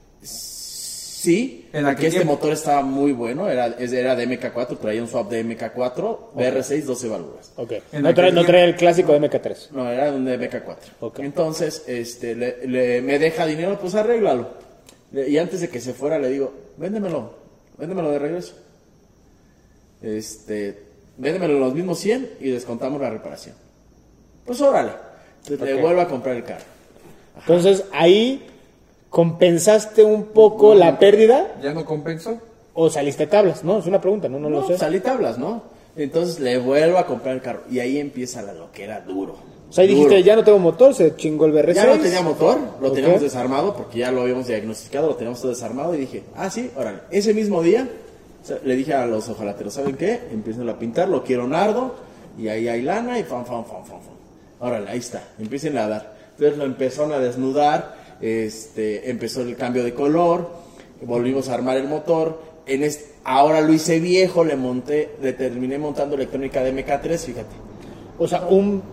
sí, ¿En porque aquel este tiempo? motor estaba muy bueno, era, era de M K cuatro, traía un swap de M K cuatro, okay. B R seis, doce válvulas. Ok. En No trae, aquel no trae el clásico de M K tres. No, era un de M K cuatro. Okay. Entonces, este, le, le, me deja dinero, pues arréglalo. Le, y antes de que se fuera le digo, véndemelo, véndemelo de regreso. Este, véndemelo los mismos cien y descontamos la reparación. Pues órale. Entonces okay. le vuelvo a comprar el carro. Ajá. Entonces ahí compensaste un poco no, la pérdida. ¿Ya no compensó? ¿O saliste tablas? No, es una pregunta, no, no, no lo sé. Salí tablas, ¿no? Entonces le vuelvo a comprar el carro y ahí empieza la loquera duro. O sea, ahí duro. dijiste, ya no tengo motor, se chingó el B R seis. Ya no tenía motor, lo okay. teníamos desarmado porque ya lo habíamos diagnosticado, lo teníamos todo desarmado y dije, ah, sí, órale. Ese mismo día o sea, le dije a los ojalateros, ¿saben qué? Empiecen a pintar, lo quiero nardo y ahí hay lana y fan, fan, fan, fan, fan. Órale, ahí está, empiecen a dar. Entonces lo empezaron a desnudar, este, empezó el cambio de color, volvimos a armar el motor. En este, ahora lo hice viejo, le monté, le terminé montando electrónica de M K tres, fíjate. O sea, un...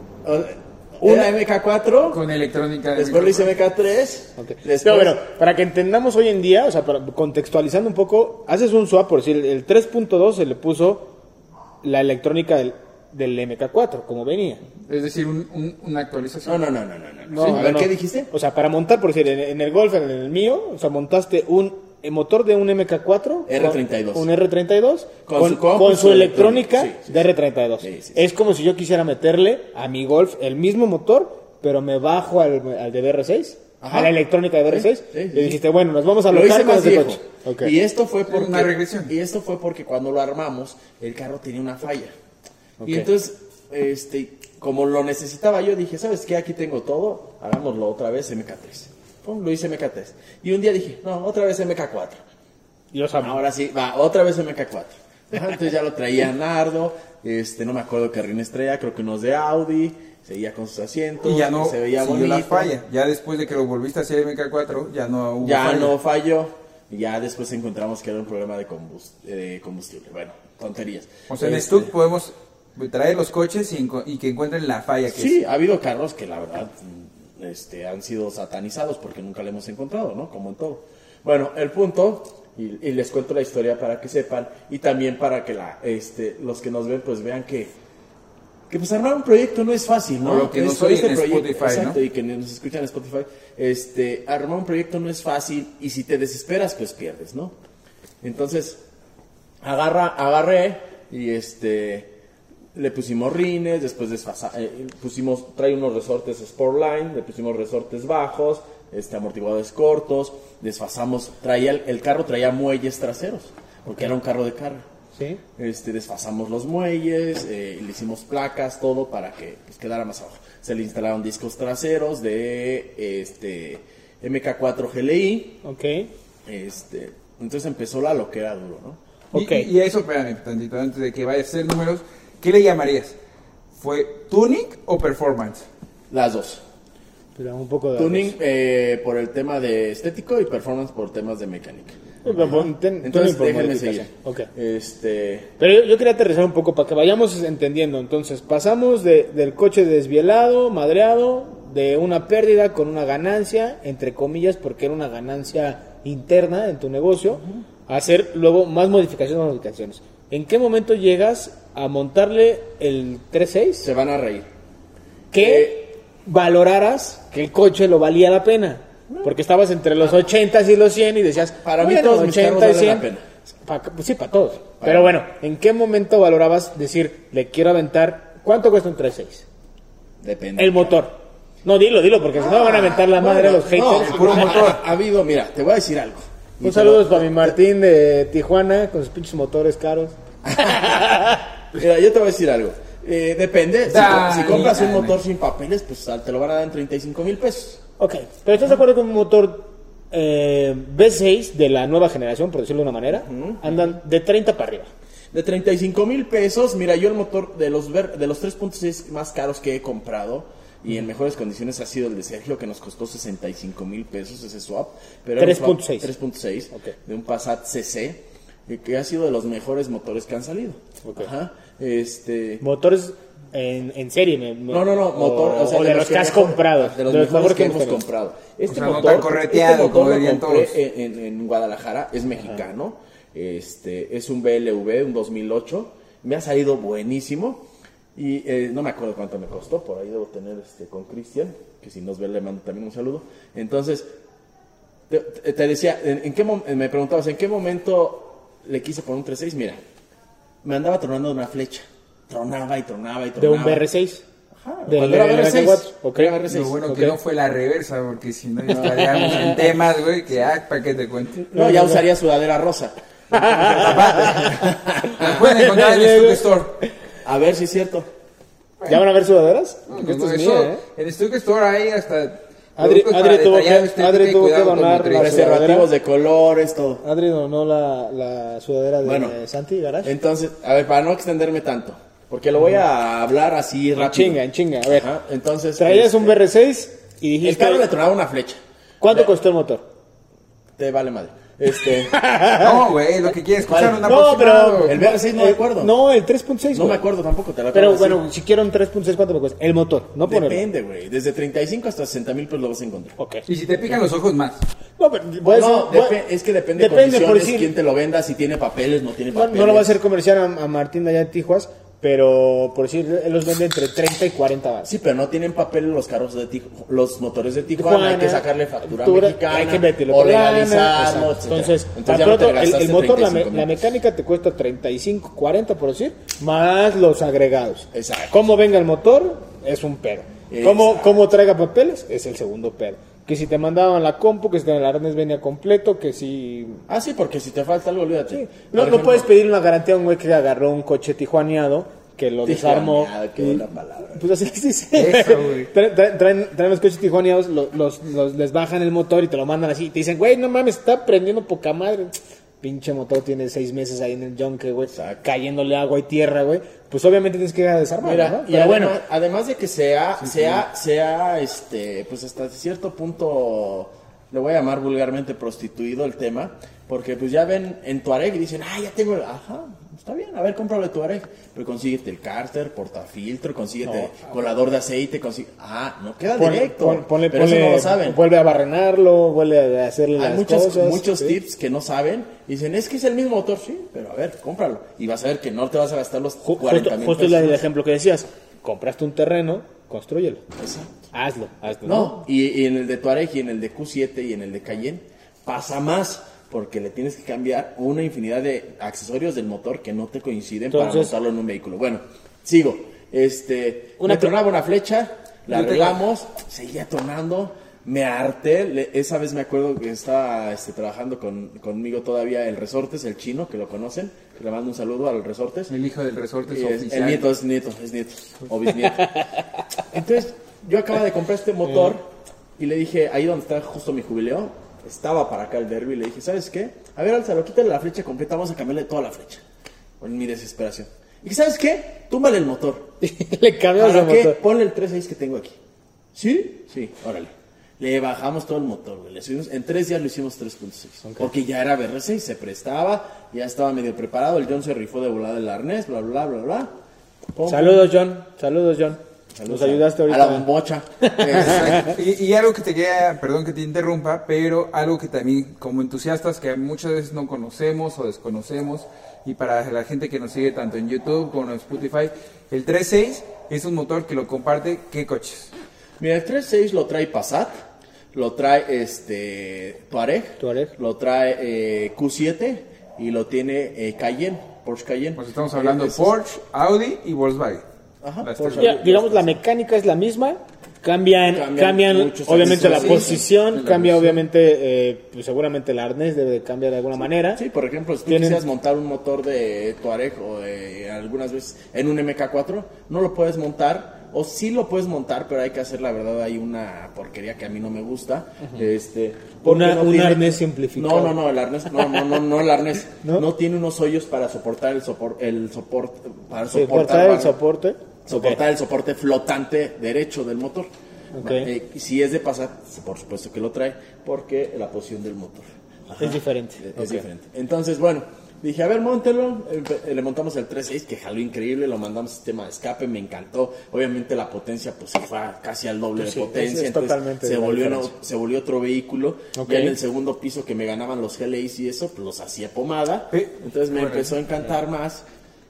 Una M K cuatro con electrónica. De después lo hice M K tres. Okay. Después... Pero bueno, para que entendamos hoy en día, o sea, para, contextualizando un poco, haces un swap, por decir, el tres punto dos se le puso la electrónica del, del M K cuatro, como venía. Es decir, un, un, una actualización. No, no, no, no, no. no. no sí, a ver, no. ¿qué dijiste? O sea, para montar, por decir, en, en el Golf, en el mío, o sea, montaste un el motor de un M K cuatro R treinta y dos. Un R treinta y dos con, con, su, con, con su, su electrónica sí, sí, de R treinta y dos. Sí, sí, sí. Es como si yo quisiera meterle a mi Golf el mismo motor, pero me bajo al, al de B R seis, ajá, a la electrónica de B R seis, sí, sí, sí. Y dijiste, bueno, nos vamos a lo hice con más ese viejo. coche. Okay. Y esto fue porque una regresión. Y esto fue porque cuando lo armamos, el carro tenía una falla. Okay. Y entonces, este, como lo necesitaba yo, dije, ¿sabes qué? Aquí tengo todo, hagámoslo otra vez M K tres. Pum, lo hice M K tres. Y un día dije, no, otra vez M K cuatro. Y ahora sí, va, otra vez M K cuatro. Ajá, entonces ya lo traía Nardo, este, no me acuerdo qué rines traía, creo que unos de Audi, seguía con sus asientos, y ya no se veía bonito. La falla. Ya después de que lo volviste a hacer M K cuatro, ya no hubo Ya falla. no falló, y ya después encontramos que era un problema de, combust de combustible. Bueno, tonterías. O sea, en este, Stuck podemos traer los coches y, y que encuentren la falla que sí, es. ha habido carros que la verdad este, han sido satanizados porque nunca le hemos encontrado, ¿no? Como en todo. Bueno, el punto... Y, y les cuento la historia para que sepan y también para que la, este, los que nos ven pues vean que, que pues armar un proyecto no es fácil, ¿no? O lo que nos es, oyen este en proyecto, Spotify, exacto, ¿no? Y que nos escuchan en Spotify, este, armar un proyecto no es fácil y si te desesperas pues pierdes, ¿no? Entonces, agarra, agarré y este, le pusimos rines, después desfasa, eh, pusimos, trae unos resortes Sportline, le pusimos resortes bajos, este, amortiguadores cortos, desfasamos, traía el, el carro traía muelles traseros, porque era un carro de carga. ¿Sí? Este, desfasamos los muelles, eh, le hicimos placas, todo para que pues, quedara más abajo. Se le instalaron discos traseros de este M K cuatro G L I. Ok. Este, entonces empezó la loquera duro, ¿no? Ok. Y, y eso, espérame tantito, antes de que vayas a hacer números, ¿qué le llamarías? ¿Fue tuning o performance? Las dos. Pero un poco de Tuning eh, por el tema de estético y performance por temas de mecánica. Ten, Entonces por déjenme modificación. seguir. Ok. Este, Pero yo, yo quería aterrizar un poco para que vayamos entendiendo. Entonces, pasamos de, del coche desvielado, madreado, de una pérdida con una ganancia, entre comillas, porque era una ganancia interna en tu negocio, uh-huh. a hacer luego más modificaciones, más modificaciones. ¿En qué momento llegas a montarle el tres seis? se van a reír. Que Eh, valoraras que el coche lo valía la pena. Porque estabas entre los ochenta y los cien y decías, Para mí bueno, todos mis carros valen la pena. Pa, pues sí, para todos. Pero bueno, ¿en qué momento valorabas decir, le quiero aventar, ¿cuánto cuesta un tres seis? Depende. El motor. No, dilo, dilo, porque si no van a aventar la madre a los haters. No, el puro ha- motor. Ha, ha habido, mira, te voy a decir algo. Y Un te saludo lo- para mi Martín de Tijuana, con sus pinches motores caros. Mira, yo te voy a decir algo. Eh, depende. Si, Dale, si compras un dale. motor sin papeles, pues te lo van a dar en treinta y cinco mil pesos. Ok, pero ¿estás de acuerdo con un motor eh, V seis de la nueva generación, por decirlo de una manera? Andan de treinta para arriba. De treinta y cinco mil pesos, mira, yo el motor de los ver- de los tres punto seis más caros que he comprado y en mejores condiciones ha sido el de Sergio, que nos costó sesenta y cinco mil pesos ese swap. Pero era un swap tres punto seis. tres punto seis Ok. de un Passat C C, eh, que ha sido de los mejores motores que han salido. Ok. Ajá. Este... Motores en, en serie. Me, me- No, no, no, motor, o, sea, o de, los que has mejor- comprado. De los, mejores que hemos tenido. comprado. Este O sea, no motor, tan correteado, este motor como lo dirían compré todos. en, en- en Guadalajara, es mexicano, este, es un B L V, un dos mil ocho, me ha salido buenísimo y eh, no me acuerdo cuánto me costó, por ahí debo tener este con Cristian, que si nos ve le mando también un saludo. Entonces, te, te decía, ¿en, en qué mom- me preguntabas, ¿en qué momento le quise poner un tres seis? Mira, me andaba tronando una flecha. Tronaba y tronaba y De tronaba. un B R seis. Ajá, Del cuando era B R B R seis. cuatro. Ok. Era B R seis. Lo bueno ok. que no fue la reversa, porque si no ya estaríamos en temas, güey, que ah, ¿para qué te cuento? No, ya usaría sudadera rosa. Nos pueden encontrar en el Stuck Store. A ver si es cierto. ¿Ya van a ver sudaderas? No, Porque no, esto es eso, mía, ¿eh? En Stuck Store hay hasta... Adri- productos Adri para tuvo detallado, que- estética Adri y tuvo que cuidado donar automotriz. la Preservativos de colores, todo. Adri donó la, la sudadera de Bueno. Santi Garage. Entonces, a ver, para no extenderme tanto, porque lo voy a hablar así En rápido. chinga, en chinga. A ver, Ajá, entonces... traías este, un B R seis y El dijiste... carro le tronaba una flecha. ¿Cuánto Le- costó el motor? Te vale madre. Este... No, güey, lo que quieres escuchar ¿Cuál? un No, aproximado. pero... El B R seis no me eh, acuerdo. No, el tres punto seis. No me güey. acuerdo tampoco, te la Pero acabo de bueno, si quiero un tres punto seis, ¿cuánto me cuesta? El motor, no decir. ponerlo. Depende, güey. Desde treinta y cinco hasta sesenta mil pesos lo vas a encontrar. Ok. Y si te pican los ojos más. No, pero voy a No, decir- voy- depe- es que depende, de depende por condiciones, decir- quién te lo venda, si tiene papeles, no tiene No, papeles. no lo va a hacer comercial a, a Martín de allá en Tijuas, pero por decir, él los vende entre treinta y cuarenta baros. Sí, pero no tienen papel los carros de Tiju- los motores de Tijuana, Tijuana, hay que sacarle factura, factura, mexicana hay que meterlo o por lana, legalizarlo, exacto. etcétera. Entonces, Entonces ya al no te pronto, el, gastaste el motor, la, me- treinta y cinco la mil. mecánica te cuesta treinta y cinco, cuarenta por decir, más los agregados. Exacto. Cómo venga el motor es un pedo. Cómo, Exacto. cómo traiga papeles es el segundo pedo. Que si te mandaban la compu, que si el arnés venía completo, que si... Ah, sí, porque si te falta algo, olvídate. No, Por no ejemplo, puedes pedir una garantía a un güey que agarró un coche tijuaneado, que lo desarmó. Tijuaneado, qué y- buena palabra. Pues así se dice. Eso, güey. Tra- tra- traen, traen los coches tijuaneados, lo- los, los- les bajan el motor y te lo mandan así. Y te dicen, güey, no mames, está prendiendo poca madre. Pinche motor tiene seis meses ahí en el yunque, güey. Exacto. Cayéndole agua y tierra, güey. Pues obviamente tienes que desarmarlo, Mira, ¿no? y Pero además, bueno, además de que sea, sea, sea, este, pues hasta cierto punto, le voy a llamar vulgarmente prostituido el tema, porque pues ya ven en Tuareg y dicen, ah, ya tengo, el-". Ajá, está bien, a ver, cómpralo Tuareg, pero consíguete el cárter, portafiltro, consíguete colador de aceite, consigue, ah, no queda pon- directo, pon- ponle- pero ponle- eso no lo saben. vuelve a barrenarlo, vuelve a hacerle Hay las muchos, cosas. muchos ¿sí? tips que no saben. Y dicen, es que es el mismo motor, sí, pero a ver, cómpralo. Y vas a ver que no te vas a gastar los Ju- cuarenta Justo, mil justo es pesos. el ejemplo que decías. Compraste un terreno, construyelo. Exacto. Hazlo, hazlo. No, y, y en el de Tuareg y en el de Q siete y en el de Cayenne pasa más, porque le tienes que cambiar una infinidad de accesorios del motor que no te coinciden para Entonces- montarlo en un vehículo. Bueno, sigo. Este, Una me tronaba una flecha, la Yo te- arreglamos, seguía tronando, me harté. le- esa vez me acuerdo que estaba este, trabajando con, conmigo todavía el Resortes, el chino, que lo conocen. Le mando un saludo al Resortes. El hijo del resorte es Y es- oficial. el nieto es nieto, es nieto, o bisnieto. Entonces, yo acabo de comprar este motor Y le dije, ahí donde está justo mi jubileo, estaba para acá el derby, y le dije, ¿sabes qué? A ver, Álvaro, quítale la flecha completa, vamos a cambiarle toda la flecha. En mi desesperación. Y ¿sabes qué? Túmbale el motor. Le cambiamos el ¿Para qué? motor. Ponle el tres seis que tengo aquí. ¿Sí? Sí, órale. Le bajamos todo el motor, güey. Le subimos, en tres días lo hicimos tres punto seis. Okay. Porque ya era B R seis, se prestaba, ya estaba medio preparado. El John se rifó de volada el arnés, bla, bla, bla, bla. Pum, Saludos, John. Saludos, John. Saludos Nos ayudaste ahorita. A la bombocha. y, y algo que te queda, perdón que te interrumpa, pero algo que también como entusiastas que muchas veces no conocemos o desconocemos, y para la gente que nos sigue tanto en YouTube como en Spotify, el tres seis es un motor que lo comparte, ¿qué coches? Mira, el tres seis lo trae Passat, lo trae este Touareg, Touareg. lo trae eh, Q siete y lo tiene eh, Cayenne, Porsche Cayenne. Pues estamos hablando de Eh, Porsche, Audi y Volkswagen. Ajá, Las Porsche. tres. Ya, digamos, la mecánica es la misma. Cambian, Cambian cambian, muchos obviamente la accesorios. posición, Sí, la cambia posición. obviamente, eh, pues seguramente el arnés debe de cambiar de alguna manera. Sí, por ejemplo, si tú Tienen- quisieras montar un motor de Touareg o de, algunas veces en un M K cuatro, no lo puedes montar, o sí lo puedes montar, pero hay que hacer, la verdad, hay una porquería que a mí no me gusta. este, porque Una- no un tiene- arnés simplificado. No, no, no, el arnés, no, no, no, no el arnés. ¿No? ¿No? tiene unos hoyos para soportar el soporte, el soporte, para Sí, soportar, cortar el bar- soporte. soportar Ok. el soporte flotante derecho del motor. Ok. Eh, si es de Passat, por supuesto que lo trae, porque la posición del motor. Ajá. Es diferente. Es, Ok. es diferente. Entonces, bueno, dije, a ver, móntelo. Eh, Le montamos el tres seis, que jaló increíble, lo mandamos sistema de escape, me encantó. Obviamente la potencia, pues se fue a casi al doble Sí, de potencia. es- es entonces, totalmente se la volvió, una- diferencia. se volvió otro vehículo. Ok. Ya en el segundo piso que me ganaban los G L Is y eso, pues los hacía pomada. Sí. Entonces me Bueno. empezó a encantar más.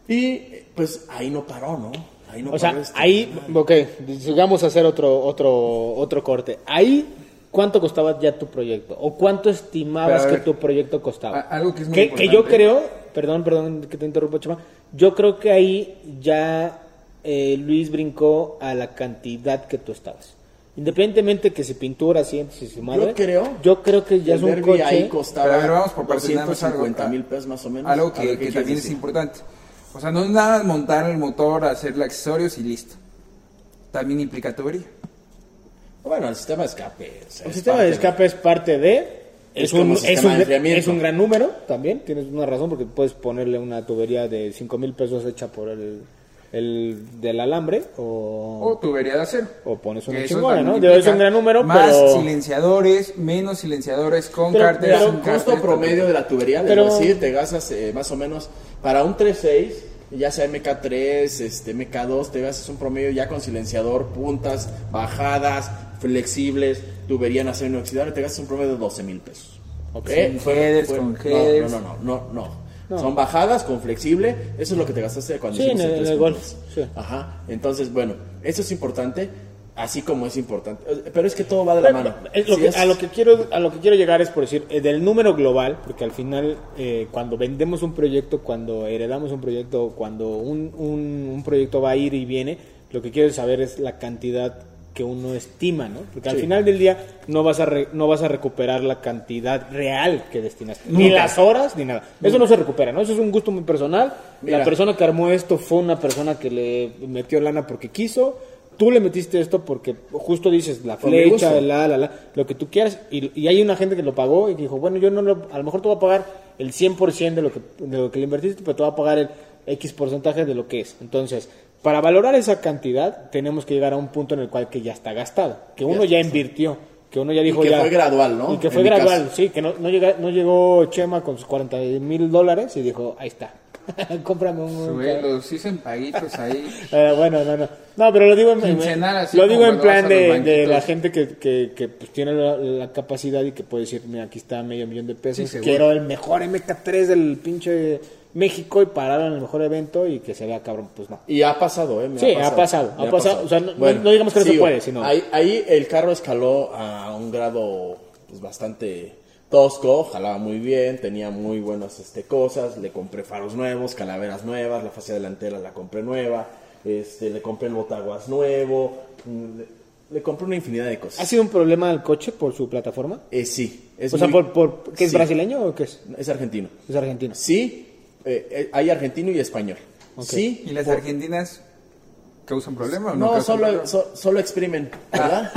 Y pues ahí no paró, ¿no? Ahí no O sea, paró este ahí, canal. ok, sigamos a hacer otro, otro, otro corte. Ahí, ¿cuánto costaba ya tu proyecto? ¿O cuánto estimabas Pero a que ver, tu proyecto costaba? a- algo que es muy que, que yo importante. creo, perdón, perdón que te interrumpa, Chema, yo creo que ahí ya eh, Luis brincó a la cantidad que tú estabas. Independientemente que se pintura, asientos y su madre. Yo creo. Yo creo que ya el es un Derby coche. ahí costaba Pero a ver, vamos por partes, doscientos nada más algo cincuenta acá. mil pesos más o menos. Algo A que, ver, ¿qué que quieres también es decir? importante. O sea, no es nada montar el motor, hacerle accesorios y listo. También implica tubería. Bueno, el sistema de escape. o sea, El es sistema parte de escape es parte de. Es, Es como un, sistema es, un, de enfriamiento. es un gran número también. Tienes una razón porque puedes ponerle una tubería de cinco mil pesos hecha por el, el del alambre o, O tubería de acero. o pones una Que eso chingona, también ¿no? Digo, es implica un gran número, más pero. silenciadores, menos silenciadores, con Pero- cárteres, Pero sin costo cárteres, promedio de la tubería, les Pero- voy a decir, te gastas eh, más o menos para un tres seis, ya sea M K tres, este, M K dos, te gastas un promedio ya con silenciador, puntas, bajadas, flexibles, tubería en acero inoxidable, te gastas un promedio de doce mil pesos. Ok. Con headers, con no, headers. No, no, no, no, no. No. Son bajadas con flexible, eso es lo que te gastaste cuando Sí, hicimos en el- en el tres Golf, puntos. sí. Ajá, entonces, bueno, eso es importante, así como es importante, pero es que todo va de la mano. Es lo Si que- es- a lo que quiero a lo que quiero llegar es por decir eh, del número global, porque al final eh, cuando vendemos un proyecto, cuando heredamos un proyecto, cuando un, un, un proyecto va a ir y viene, lo que quiero saber es la cantidad que uno estima, ¿no? Porque al Sí. final del día no vas a re- no vas a recuperar la cantidad real que destinaste, ni Nunca. las horas ni nada. Eso no se recupera, ¿no? Eso es un gusto muy personal. Mira. La persona que armó esto fue una persona que le metió lana porque quiso. Tú le metiste esto porque justo dices la Por mi flecha, gusto. la, la, la, lo que tú quieras. Y, y hay una gente que lo pagó y que dijo, bueno, yo no lo, a lo mejor te voy a pagar el cien por ciento de lo que, de lo que le invertiste, pero te voy a pagar el X porcentaje de lo que es. Entonces, para valorar esa cantidad, tenemos que llegar a un punto en el cual que ya está gastado, que uno ya invirtió, que uno ya dijo que ya... fue gradual, ¿no? Y que En fue mi gradual, caso. sí, que no, no, llega, no llegó Chema con sus cuarenta mil dólares y dijo, ahí está, cómprame un... Sube, los hice en paguitos ahí. Eh, bueno, no, no. No, pero lo digo en, Quincenal, así lo como digo en cuando plan vas a los de, de banquitos. la gente que, que, que pues, tiene la, la capacidad y que puede decir, mira, aquí está medio millón de pesos, Sí, seguro. quiero el mejor M K tres del pinche México y parar en el mejor evento y que se vea cabrón, pues no. Y ha pasado, ¿eh? Me Sí, ha pasado, me ha pasado. O sea, no- no digamos que no se sigo. puede, sino- Ahí, ahí el carro escaló a un grado pues, bastante tosco, jalaba muy bien, tenía muy buenas este, cosas, le compré faros nuevos, calaveras nuevas, la fascia delantera la compré nueva, este, le compré el botaguas nuevo, mm, le, le compré una infinidad de cosas. ¿Ha sido un problema el coche por su plataforma? Eh, sí, es o sea, muy- por, por, ¿qué es sí, brasileño o qué es? Es argentino. Es argentino. Sí, eh, eh, hay argentino y español. Ok. Sí, Y las por- argentinas ¿Causan problema o no? No, causan solo, problema? so- solo exprimen, ¿verdad?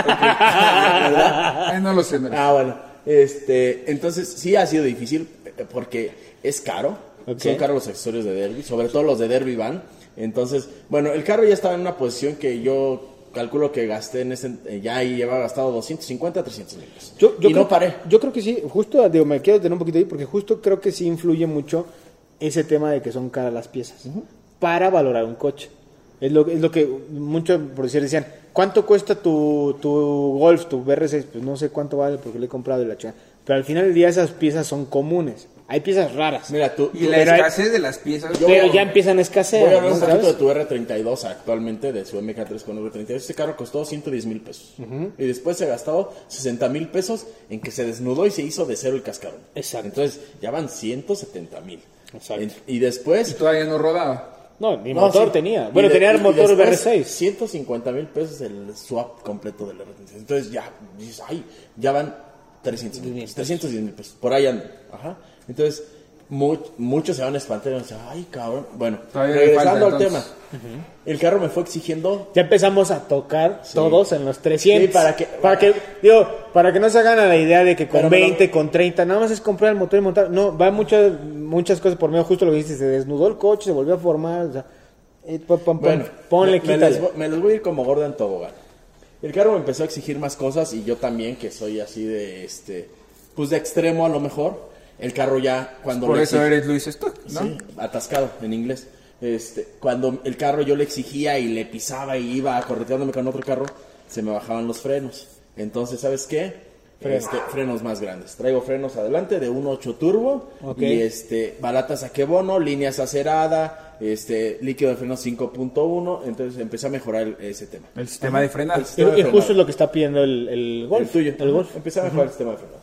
Ay, no lo sé. No lo sé. Ah, bueno. Este, entonces, sí ha sido difícil eh, porque es caro. Ok. Son caros los accesorios de Derby, sobre todo los de Derby van. Entonces, bueno, el carro ya estaba en una posición que yo calculo que gasté en ese, eh, ya ahí llevaba gastado doscientos cincuenta, trescientos mil pesos. Yo, yo y creo, no paré. Yo creo que sí, justo, digo, me quiero detener un poquito ahí porque justo creo que sí influye mucho ese tema de que son caras las piezas para valorar un coche. Es lo, es lo que muchos, por decir, decían, ¿cuánto cuesta tu, tu Golf, tu B R seis? Pues no sé cuánto vale porque lo he comprado de la chica. Pero al final del día esas piezas son comunes. Hay piezas raras. Mira, tú, Y tú- la Pero hay- escasez de las piezas. Yo- pero ya empiezan a voy escasear. a hablar ¿no? un poquito de ¿Sabes? tu R treinta y dos actualmente, de su M K tres con R treinta y dos. Ese carro costó ciento diez mil pesos. Y después se gastó sesenta mil pesos en que se desnudó y se hizo de cero el cascarón. Exacto. Entonces, ya van ciento setenta mil. Exacto. En- Y después... Todavía no rodaba. No, ni No, motor sí. tenía. Y Bueno, de- tenía y el motor después, B R seis. ciento cincuenta mil pesos el swap completo del R treinta y seis. Entonces ya dices, ay, ya van trescientos mil pesos, trescientos diez mil pesos. Por ahí andan. Ajá. Entonces, mu- muchos se van a espantar y van a decir, ay, cabrón. Bueno, Todavía le regresando falta, al tema. entonces. El carro me fue exigiendo. Ya empezamos a tocar todos en los trescientos. Sí, para que- para que, digo, para que no se hagan a la idea de que con Pero me lo- veinte, con treinta, nada más es comprar el motor y montar. No, va muchas, muchas cosas por medio. Justo lo que dijiste, se desnudó el coche, se volvió a formar. O sea, eh, pon- pon- Bueno, ponle, me, me quítale. les, voy- me los voy a ir como gorda en tobogán. El carro me empezó a exigir más cosas y yo también, que soy así de, este, pues de extremo a lo mejor. El carro ya, cuando Por le eso exig- eres Luis Stock, ¿no? Sí, atascado en inglés. Este, cuando el carro yo le exigía y le pisaba y iba correteándome con otro carro, se me bajaban los frenos. Entonces, ¿sabes qué? Frenos. Este, frenos más grandes. Traigo frenos adelante de uno punto ocho turbo Ok. y este balatas a quebono, líneas acerada, este líquido de frenos cinco punto uno. Entonces empecé a mejorar el- ese tema. El sistema de frenado. El Y, sistema de y justo frenado. es lo que está pidiendo el, el Golf. El tuyo. El Golf. Empecé a mejorar el sistema de frenado.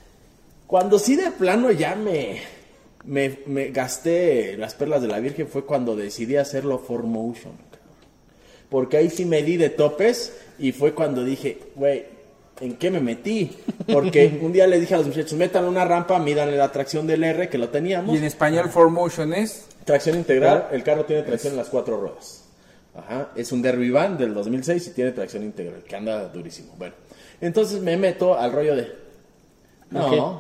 Cuando sí de plano ya me, me, me gasté las perlas de la Virgen fue cuando decidí hacerlo four motion. Porque ahí sí me di de topes y fue cuando dije, güey, ¿en qué me metí? Porque un día le dije a los muchachos, metan una rampa, mídanle la tracción del R, que lo teníamos. Y en español, four motion es. Tracción integral, el carro tiene tracción en las cuatro ruedas. Ajá, es un Derby Van del dos mil seis y tiene tracción integral, que anda durísimo. Bueno, entonces me meto al rollo de... No,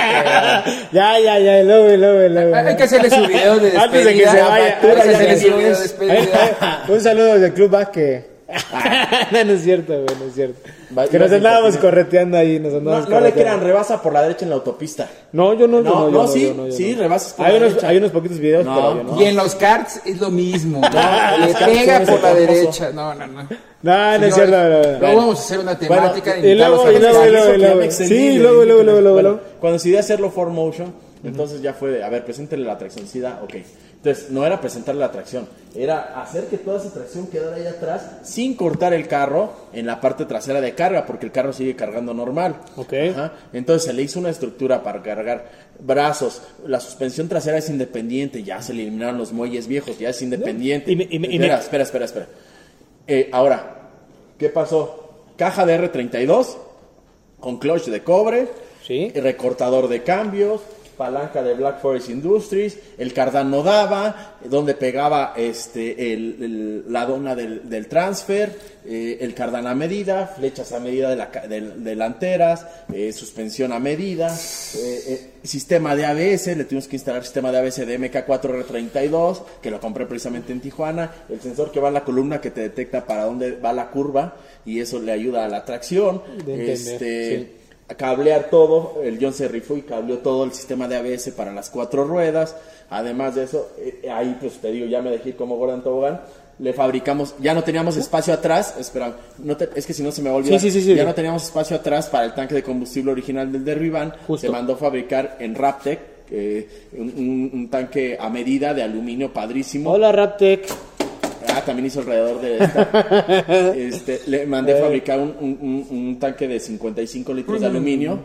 Ya, ya, ya, luego, luego, luego. Hay que hacerle su video de despedida. Antes de que se vaya. Hay que Ahora ya hacerle que su video de tienes- despedida. Un saludo desde Club Vázquez. no, no es cierto, güey, no es cierto. Va- Que nos va- andábamos va- correteando ahí, nos no, andábamos no le correteando. crean, rebasa por la derecha en la autopista. No, yo no, yo No, no, yo no, no, sí, yo no, yo sí, no. rebasas por Hay la unos, derecha. hay unos poquitos videos, No. pero yo no. Y en los karts es lo mismo. en Le los karts pega eres por la el tramposo. derecha. No, no, no. No, no es Señores, cierto. no, no, no. Luego vamos a hacer una temática Bueno, de y invitarlos luego- a y los luego- karts. y luego- Eso que ya me luego. extendí, Sí, le luego, dije luego, que- luego, bueno, luego. Cuando decidí hacerlo four motion, entonces ya fue de, a ver, preséntele la tracción, sí da, ok. Entonces, no era presentarle la tracción, era hacer que toda esa tracción quedara ahí atrás sin cortar el carro en la parte trasera de carga, porque el carro sigue cargando normal. Ok. Ajá. Entonces se le hizo una estructura para cargar brazos, la suspensión trasera es independiente, ya se eliminaron los muelles viejos, ya es independiente. Y me- y me- y me- espera, espera, espera, espera. Eh, ahora, ¿qué pasó? Caja de R treinta y dos con clutch de cobre, Sí. recortador de cambios, palanca de Black Forest Industries, el cardán no daba, donde pegaba este el, el- la dona del, del transfer, eh, el cardán a medida, flechas a medida de la, ca- del- delanteras, eh, suspensión a medida, eh, eh, sistema de A B S, le tuvimos que instalar sistema de A B S de M K cuatro R treinta y dos, que lo compré precisamente en Tijuana, el sensor que va en la columna que te detecta para dónde va la curva y eso le ayuda a la tracción. De entender, este, sí. a cablear todo, el John se rifó y cableó todo el sistema de A B S para las cuatro ruedas. Además de eso, eh, ahí pues te digo, ya me dejé ir como Gordon Tobogán. Le fabricamos, ya no teníamos espacio atrás, espera, no te- es que si no se me va a olvidar, Sí, sí, sí, sí. ya no teníamos espacio atrás para el tanque de combustible original del Derby Van. Justo. Se mandó fabricar en Raptec eh, un, un- un tanque a medida de aluminio padrísimo. Hola, Raptec. Ah, también hizo alrededor de esta. Este, le mandé Eh. fabricar un, un- un- un tanque de cincuenta y cinco litros de aluminio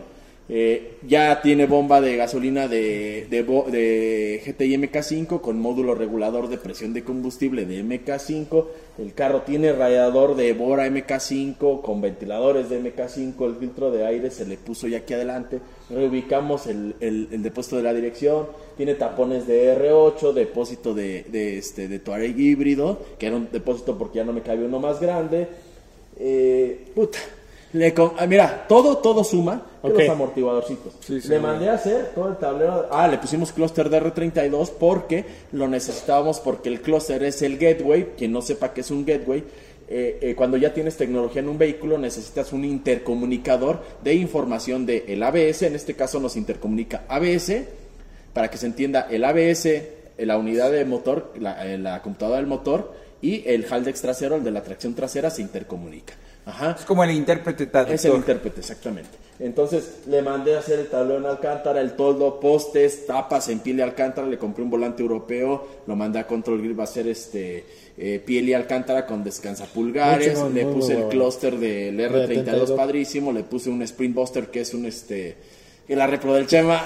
Eh, ya tiene bomba de gasolina de, de, de G T I M K cinco con módulo regulador de presión de combustible de M K cinco. El carro tiene radiador de Bora M K cinco con ventiladores de M K cinco. El filtro de aire se le puso ya aquí adelante. Reubicamos el, el, el depósito de la dirección. Tiene tapones de R ocho, depósito de, de, este, de Touareg híbrido, que era un depósito porque ya no me cabía uno más grande. Eh, puta. Le con, ah, mira, todo, todo suma. Okay. Los amortiguadorcitos. Sí, sí, le mandé a hacer todo el tablero. Ah, le pusimos clúster de R treinta y dos porque lo necesitábamos, porque el clúster es el gateway. Quien no sepa qué es un gateway, eh, eh, cuando ya tienes tecnología en un vehículo, necesitas un intercomunicador de información de el A B S. En este caso nos intercomunica A B S, para que se entienda, el A B S, la unidad de motor, la, la computadora del motor, y el Haldex trasero, el de la tracción trasera, se intercomunica. Ajá. Es como el intérprete traductor. Es el intérprete, exactamente. Entonces le mandé a hacer el tablero en Alcántara, el toldo, postes, tapas en piel y Alcántara. Le compré un volante europeo, lo mandé a Control Grip a hacer este eh, piel y Alcántara con descansapulgares. Mucho, le puse el clúster del R treinta y dos padrísimo. Le puse un Sprint Buster, que es un este que la repro del Chema.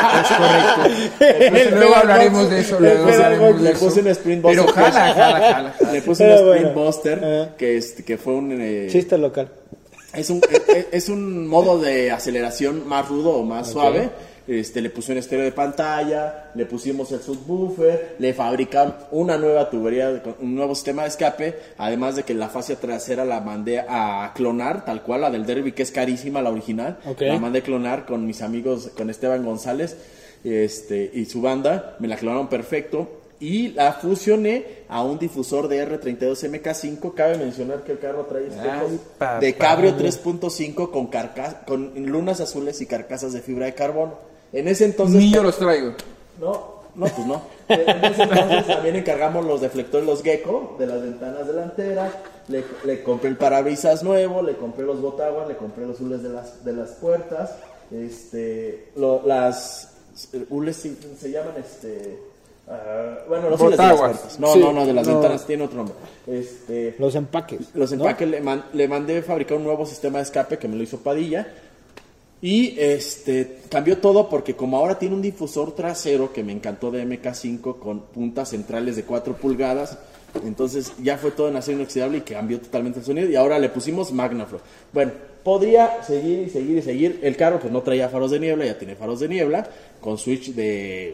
Es correcto. Luego hablaremos de eso. Luego hablaremos le puse un Sprint Buster. Pero jala, jala, jala, jala. Le puse un Sprint bueno. Buster uh-huh. que, es, que fue un eh, chiste local. Es un, es, es un modo de aceleración más rudo o más okay. suave. Este, le puse un estéreo de pantalla, le pusimos el subwoofer, le fabrican una nueva tubería, un nuevo sistema de escape, además de que la fascia trasera la mandé a clonar, tal cual, la del Derby, que es carísima, la original, okay. la mandé a clonar con mis amigos, con Esteban González este, y su banda, me la clonaron perfecto. Y la fusioné a un difusor de R treinta y dos M K cinco. Cabe mencionar que el carro trae espejos Ay, de cabrio tres punto cinco con, carca- con lunas azules y carcasas de fibra de carbono. En ese entonces... Ni yo los traigo. No, no, pues no. En ese entonces también encargamos los deflectores, los Gecko, de las ventanas delanteras. Le, le compré el parabrisas nuevo, le compré los botaguas, le compré los hules de las, de las puertas. Este, lo, las hules se, se llaman este... Uh, bueno, los hules de las puertas. No, sí, no, no, de las no. ventanas tiene otro nombre. Este, los empaques. Los empaques, ¿no? le, man, le mandé fabricar un nuevo sistema de escape que me lo hizo Padilla. Y este cambió todo porque como ahora tiene un difusor trasero que me encantó de M K cinco con puntas centrales de cuatro pulgadas, entonces ya fue todo en acero inoxidable y cambió totalmente el sonido y ahora le pusimos Magnaflow. Bueno, podría seguir y seguir y seguir. El carro pues no traía faros de niebla, ya tiene faros de niebla con switch de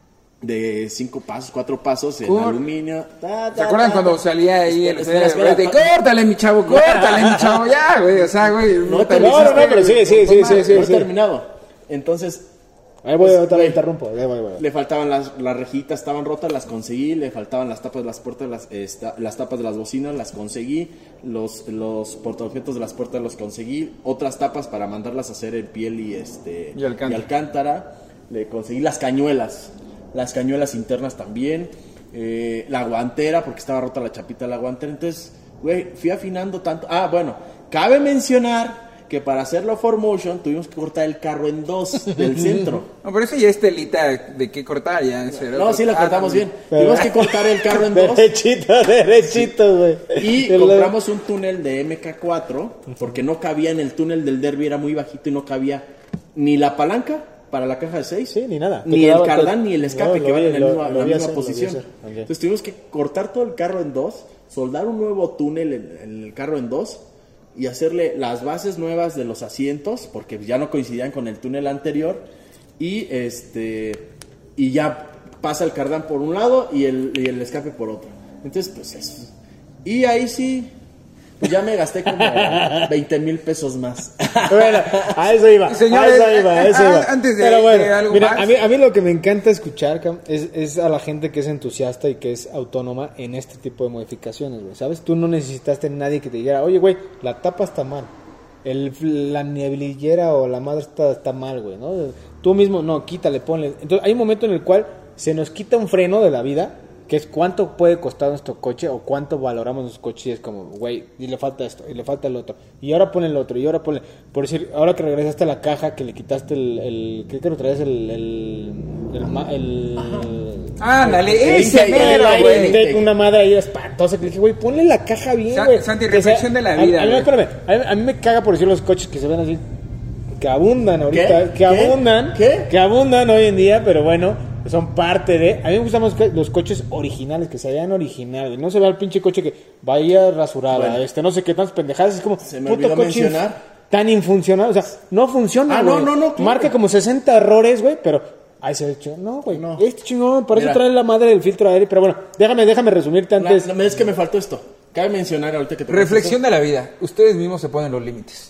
de cinco pasos, cuatro pasos en Cor- aluminio. Ta, ta, ¿Se acuerdan ta, cuando ta, salía ahí el espera, espera, de córtale mi chavo, córtale mi chavo, ya, güey, o sea, güey, no, no, te no, no, no, pero sí, sí, sí, sí, sí, no he sí. terminado. Entonces, ahí voy, pues, te interrumpo, ahí voy, voy. Le faltaban las, las rejitas, estaban rotas, las conseguí, le faltaban las tapas de las puertas, las, esta, las tapas de las bocinas, las conseguí, los, los portaobjetos de las puertas los conseguí, otras tapas para mandarlas a hacer en piel y este y Alcántara, y Alcántara. Le conseguí las cañuelas. Las cañuelas internas también, eh, la guantera, porque estaba rota la chapita de la guantera. Entonces, güey, fui afinando tanto. Ah, bueno, cabe mencionar que para hacerlo four motion tuvimos que cortar el carro en dos del centro. No, pero eso ya es telita de qué cortar, ya. En serio. No, sí, la cortamos bien. Pero... Tuvimos que cortar el carro en dos. Derechito, derechito, güey. Sí. Y compramos un túnel de M K cuatro, porque no cabía en el túnel del Derby, era muy bajito y no cabía ni la palanca para la caja de seis, sí, ni nada, ni el cardán ni el escape, no, que van en el misma, lo, la misma hacer, posición. Okay. Entonces tuvimos que cortar todo el carro en dos, soldar un nuevo túnel en, en el carro en dos y hacerle las bases nuevas de los asientos porque ya no coincidían con el túnel anterior y este y ya pasa el cardán por un lado y el, y el escape por otro. Entonces pues eso. Y ahí sí pues ya me gasté como veinte mil pesos más. Bueno, a eso iba. Señores, a eso iba, a eso iba. Antes de, Pero bueno, de algo mira, más. A mí, a mí lo que me encanta escuchar, Cam, es, es a la gente que es entusiasta y que es autónoma en este tipo de modificaciones, güey. ¿Sabes? Tú no necesitaste nadie que te dijera, oye, güey, la tapa está mal. El, la nieblillera o la madre está, está mal, güey, ¿no? Tú mismo, no, quítale, ponle. Entonces, hay un momento en el cual se nos quita un freno de la vida, que es cuánto puede costar nuestro coche o cuánto valoramos nuestro coche y es como, güey, y le falta esto, y le falta el otro, y ahora ponle el otro, y ahora ponle, por decir, ahora que regresaste a la caja, que le quitaste el, el ¿qué que lo traes? El, el, el, el, el ándale, ese mero, güey. Una madre ahí espantosa, que le dije, güey, ponle la caja bien, güey. Santi, reflexión de la vida, a, a, mí, espérame, a, mí, a mí me caga por decir los coches que se ven así, que que abundan ahorita, ¿Qué? que ¿Qué? abundan, ¿Qué? que abundan hoy en día, pero bueno, son parte de... A mí me gustan los, co- los coches originales, que se vean originales, no se vea el pinche coche que vaya rasurada, Bueno. este, no sé qué tantas pendejadas, es como Se me puto olvidó coche mencionar. inf- tan infuncional, o sea, no funciona, Ah, no, güey. no, no, claro. Marca como sesenta errores, güey, pero... Ahí se ve chingón. No, güey, No. este chingón, por eso Mira. trae la madre del filtro aéreo, pero bueno, déjame, déjame resumirte La- antes. la- es que me faltó esto. Cabe mencionar ahorita que te Reflexión de la vida. Ustedes mismos se ponen los límites.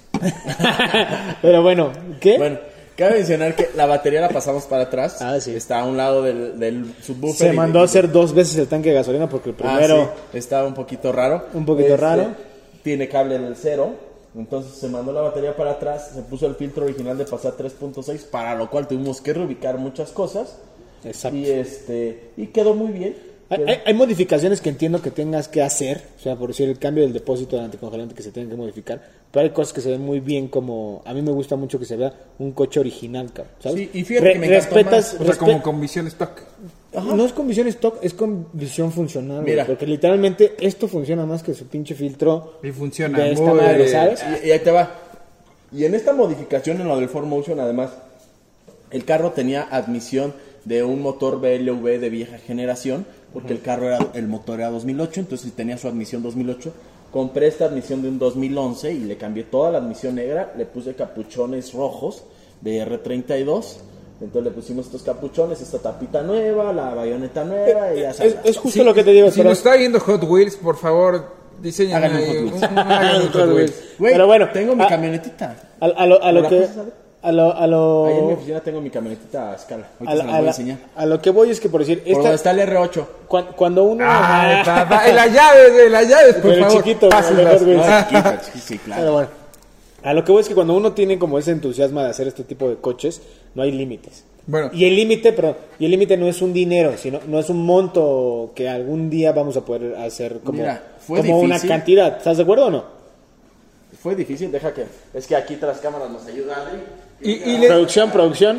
Pero bueno, ¿qué? Bueno, cabe mencionar que la batería la pasamos para atrás. Ah, sí. Está a un lado del, del subwoofer. Se y- mandó a y- hacer dos veces el tanque de gasolina porque el Ah, primero... sí, está un poquito raro. Un poquito raro. Tiene cable en el cero. Entonces se mandó la batería para atrás. Se puso el filtro original de pasar tres punto seis. Para lo cual tuvimos que reubicar muchas cosas. Exacto. Y este y quedó muy bien. Hay, hay- hay modificaciones que entiendo que tengas que hacer, o sea, por decir el cambio del depósito del anticongelante que se tienen que modificar, pero hay cosas que se ven muy bien, como a mí me gusta mucho que se vea un coche original, cabrón, ¿sabes? Sí, y fíjate que me encantó respetas, más. O sea, respe- como con visión stock. no es con visión stock, es con visión funcional, güey, Mira. porque literalmente esto funciona más que su pinche filtro Y funciona. de esta muy- madre, ¿sabes? Y, y ahí te va. Y en esta modificación, en lo del cuatro Motion, además, el carro tenía admisión de un motor B L V de vieja generación, porque el carro era, el motor era dos mil ocho, entonces tenía su admisión dos mil ocho. Compré esta admisión de un dos mil once y le cambié toda la admisión negra, le puse capuchones rojos de R treinta y dos. Entonces le pusimos estos capuchones, esta tapita nueva, la bayoneta nueva y ya Es, sabes. es justo lo que te digo, Si pero... nos está viendo Hot Wheels, por favor, diseñen Háganme ahí Hot un- Wheels. un- háganme un Hot Wheels. Güey, pero bueno, tengo mi ah, camionetita. A, a lo, a lo ¿La que... puedes saber? A lo, a lo, Ahí en mi oficina tengo mi camionetita a escala. Ahorita a, se la- la a voy a la- enseñar. a lo que voy es que, por decir, Por esta, donde está el R ocho. cuan- cuando uno... Ay, papá, en las llaves, güey, en las llaves, por Pero favor. chiquito, pásenlas. mejor, güey. No, Ah, chiquita, chiquita, sí, Pero claro. bueno, a lo que voy es que cuando uno tiene como ese entusiasmo de hacer este tipo de coches, no hay límites. Bueno. Y el límite, perdón, y el límite no es un dinero, sino no es un monto que algún día vamos a poder hacer como, Mira, fue como una difícil. cantidad. ¿Estás de acuerdo o no? Fue difícil, deja que... Es que aquí tras cámaras nos ayudan. Y, y le- Producción, producción.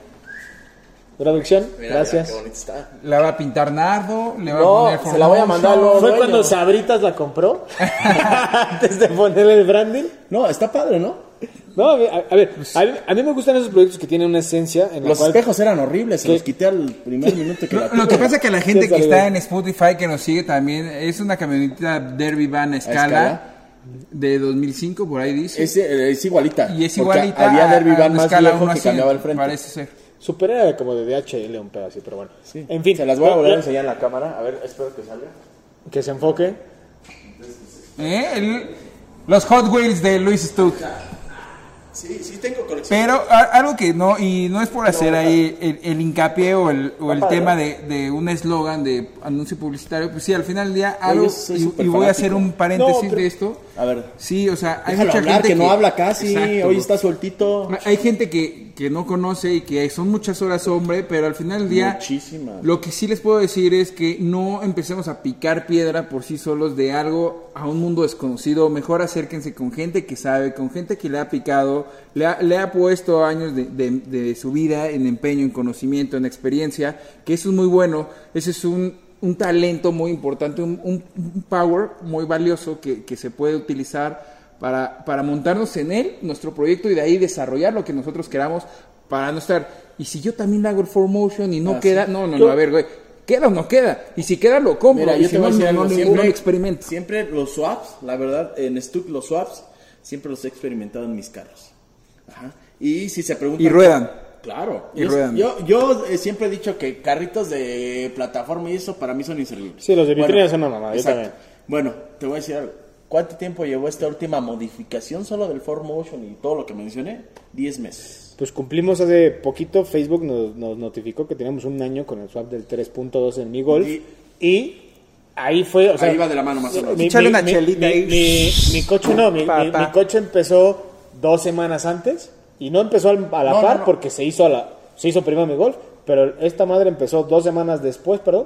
Producción, Mira, gracias. mira qué bonita está. la va a pintar Nardo, le va a No, poner se la voy a mandar Formotion. luego. ¿Fue dueño. cuando Sabritas la compró? Antes de ponerle el branding. No, está padre, ¿no? No, a ver, a, a ver, a mí, a mí me gustan esos proyectos que tienen una esencia en la Los cual... espejos eran horribles, se ¿Qué? los quité al primer minuto que la Lo, lo que tuve. pasa es que la gente Sí, que está está bien. en Spotify, que nos sigue también, es una camionetita Derby Van a escala, escala. de dos mil cinco, por ahí dice. Es, eh, es igualita. y es porque igualita Había a- Derby a Van una más escala viejo uno que a cien, cambiaba el frente. parece ser. Super era como de D H L un pedazo, pero bueno. Sí. En fin. Se las voy a volver a la- enseñar en la cámara. A ver, espero que salga. Que se enfoque. ¿Eh? El- los Hot Wheels de Luis Stuck. Sí, sí tengo colección. Pero a- algo que no, y no es por hacer ahí el, el hincapié o el, o el tema de, de un eslogan de anuncio publicitario, pues sí, al final del día algo, yo soy y, súper y voy a hacer fanático. un paréntesis No, pero- de esto. A ver. Sí, o sea, hay Déjalo mucha hablar, gente que no habla casi. Exacto. Hoy está sueltito. Hay gente que, que no conoce y que son muchas horas hombre, pero al final del día Muchísimas. lo que sí les puedo decir es que no empecemos a picar piedra por sí solos de algo a un mundo desconocido. Mejor acérquense con gente que sabe, con gente que le ha picado, le ha, le ha puesto años de, de- de su vida en empeño, en conocimiento, en experiencia, que eso es muy bueno. Ese es un, un talento muy importante, un, un- un power muy valioso que, que se puede utilizar para, para montarnos en él, nuestro proyecto, y de ahí desarrollar lo que nosotros queramos para no estar, y si yo también hago el four motion y no Ah, queda, sí. no, no, no, a ver, güey, queda o no queda, y si queda lo compro, Mira, y yo si te voy a no, decir no, algo. no, no, Siempre, no experimento. siempre los swaps, la verdad, en Stuck los swaps, siempre los he experimentado en mis carros. Ajá. Y si se preguntan... Y ruedan. Claro. Y yo, ruedan. Yo, yo eh, siempre he dicho que carritos de plataforma y eso para mí son inservibles. Sí, los de vitrina son una mamada, yo exacto. también. Bueno, te voy a decir algo. ¿Cuánto tiempo llevó esta última modificación solo del four motion y todo lo que mencioné? diez meses. Pues cumplimos hace poquito, Facebook nos, nos notificó que teníamos un año con el swap del tres punto dos en mi Golf. Y- Y, ahí fue, o sea... Ahí va de la mano más o menos. Mi, Échale mi- una mi- chelita mi- ahí. mi- mi coche no, mi, mi- Papá. mi coche empezó dos semanas antes y no empezó al- a la No, par no, no. porque se hizo a la, se hizo primero mi Golf, pero esta madre empezó dos semanas después, perdón,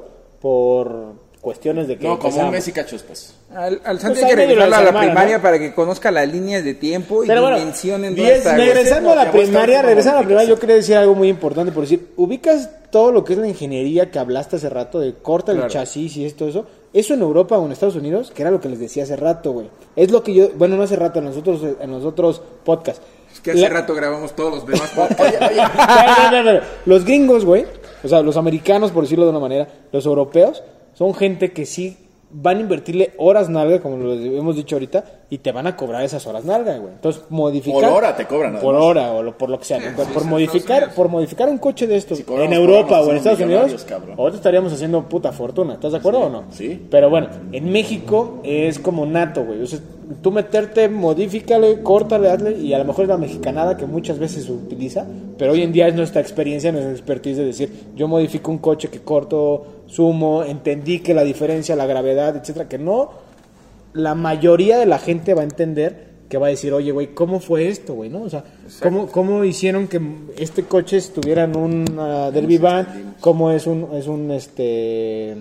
por cuestiones de que No, como un empezamos. mes y cachos, pues. Al, al Santi Pues hay que ahí medio regresarlo lo a la desarmaron, primaria ¿no? para que conozca las líneas de tiempo y Pero bueno, dimensionen diez- esta, güey. regresando a la Ya voy a estar primaria, como regresando a la primaria, yo modificación. quería decir algo muy importante, por decir, ubicas todo lo que es la ingeniería que hablaste hace rato, de corta el Claro. chasis y esto, eso, eso en Europa o en Estados Unidos, que era lo que les decía hace rato, güey. Es lo que yo, bueno, no hace rato, en los otros, en los otros podcasts. Es que hace La... rato grabamos todos los demás. Oye, oye. no, no, no, no. Los gringos, güey, o sea, los americanos, por decirlo de una manera, los europeos, son gente que sí van a invertirle horas nalga, como lo hemos dicho ahorita, y te van a cobrar esas horas nalga, güey. Entonces, modificar... Por hora te cobran. Por además. hora, o lo, por lo que sea. Sí, por, sí, por sí, modificar por modificar un coche de estos Si cobramos en por Europa hora, o en Estados somos Unidos, millonarios, cabrón. ahorita estaríamos haciendo puta fortuna. ¿Estás de acuerdo Sí, o no? sí. Pero bueno, en México es como nato, güey. O sea, tú meterte, modifícale, córtale, hazle, y a lo mejor es la mexicanada que muchas veces se utiliza, pero hoy en día es nuestra experiencia, nuestra expertise de decir, yo modifico un coche que corto, sumo, entendí que la diferencia, la gravedad, etcétera, que no, la mayoría de la gente va a entender, que va a decir, oye, güey, ¿cómo fue esto, güey? ¿No? O sea, ¿cómo, ¿cómo hicieron que este coche estuviera en un uh, Derby van? ¿Cómo es un, es un, este...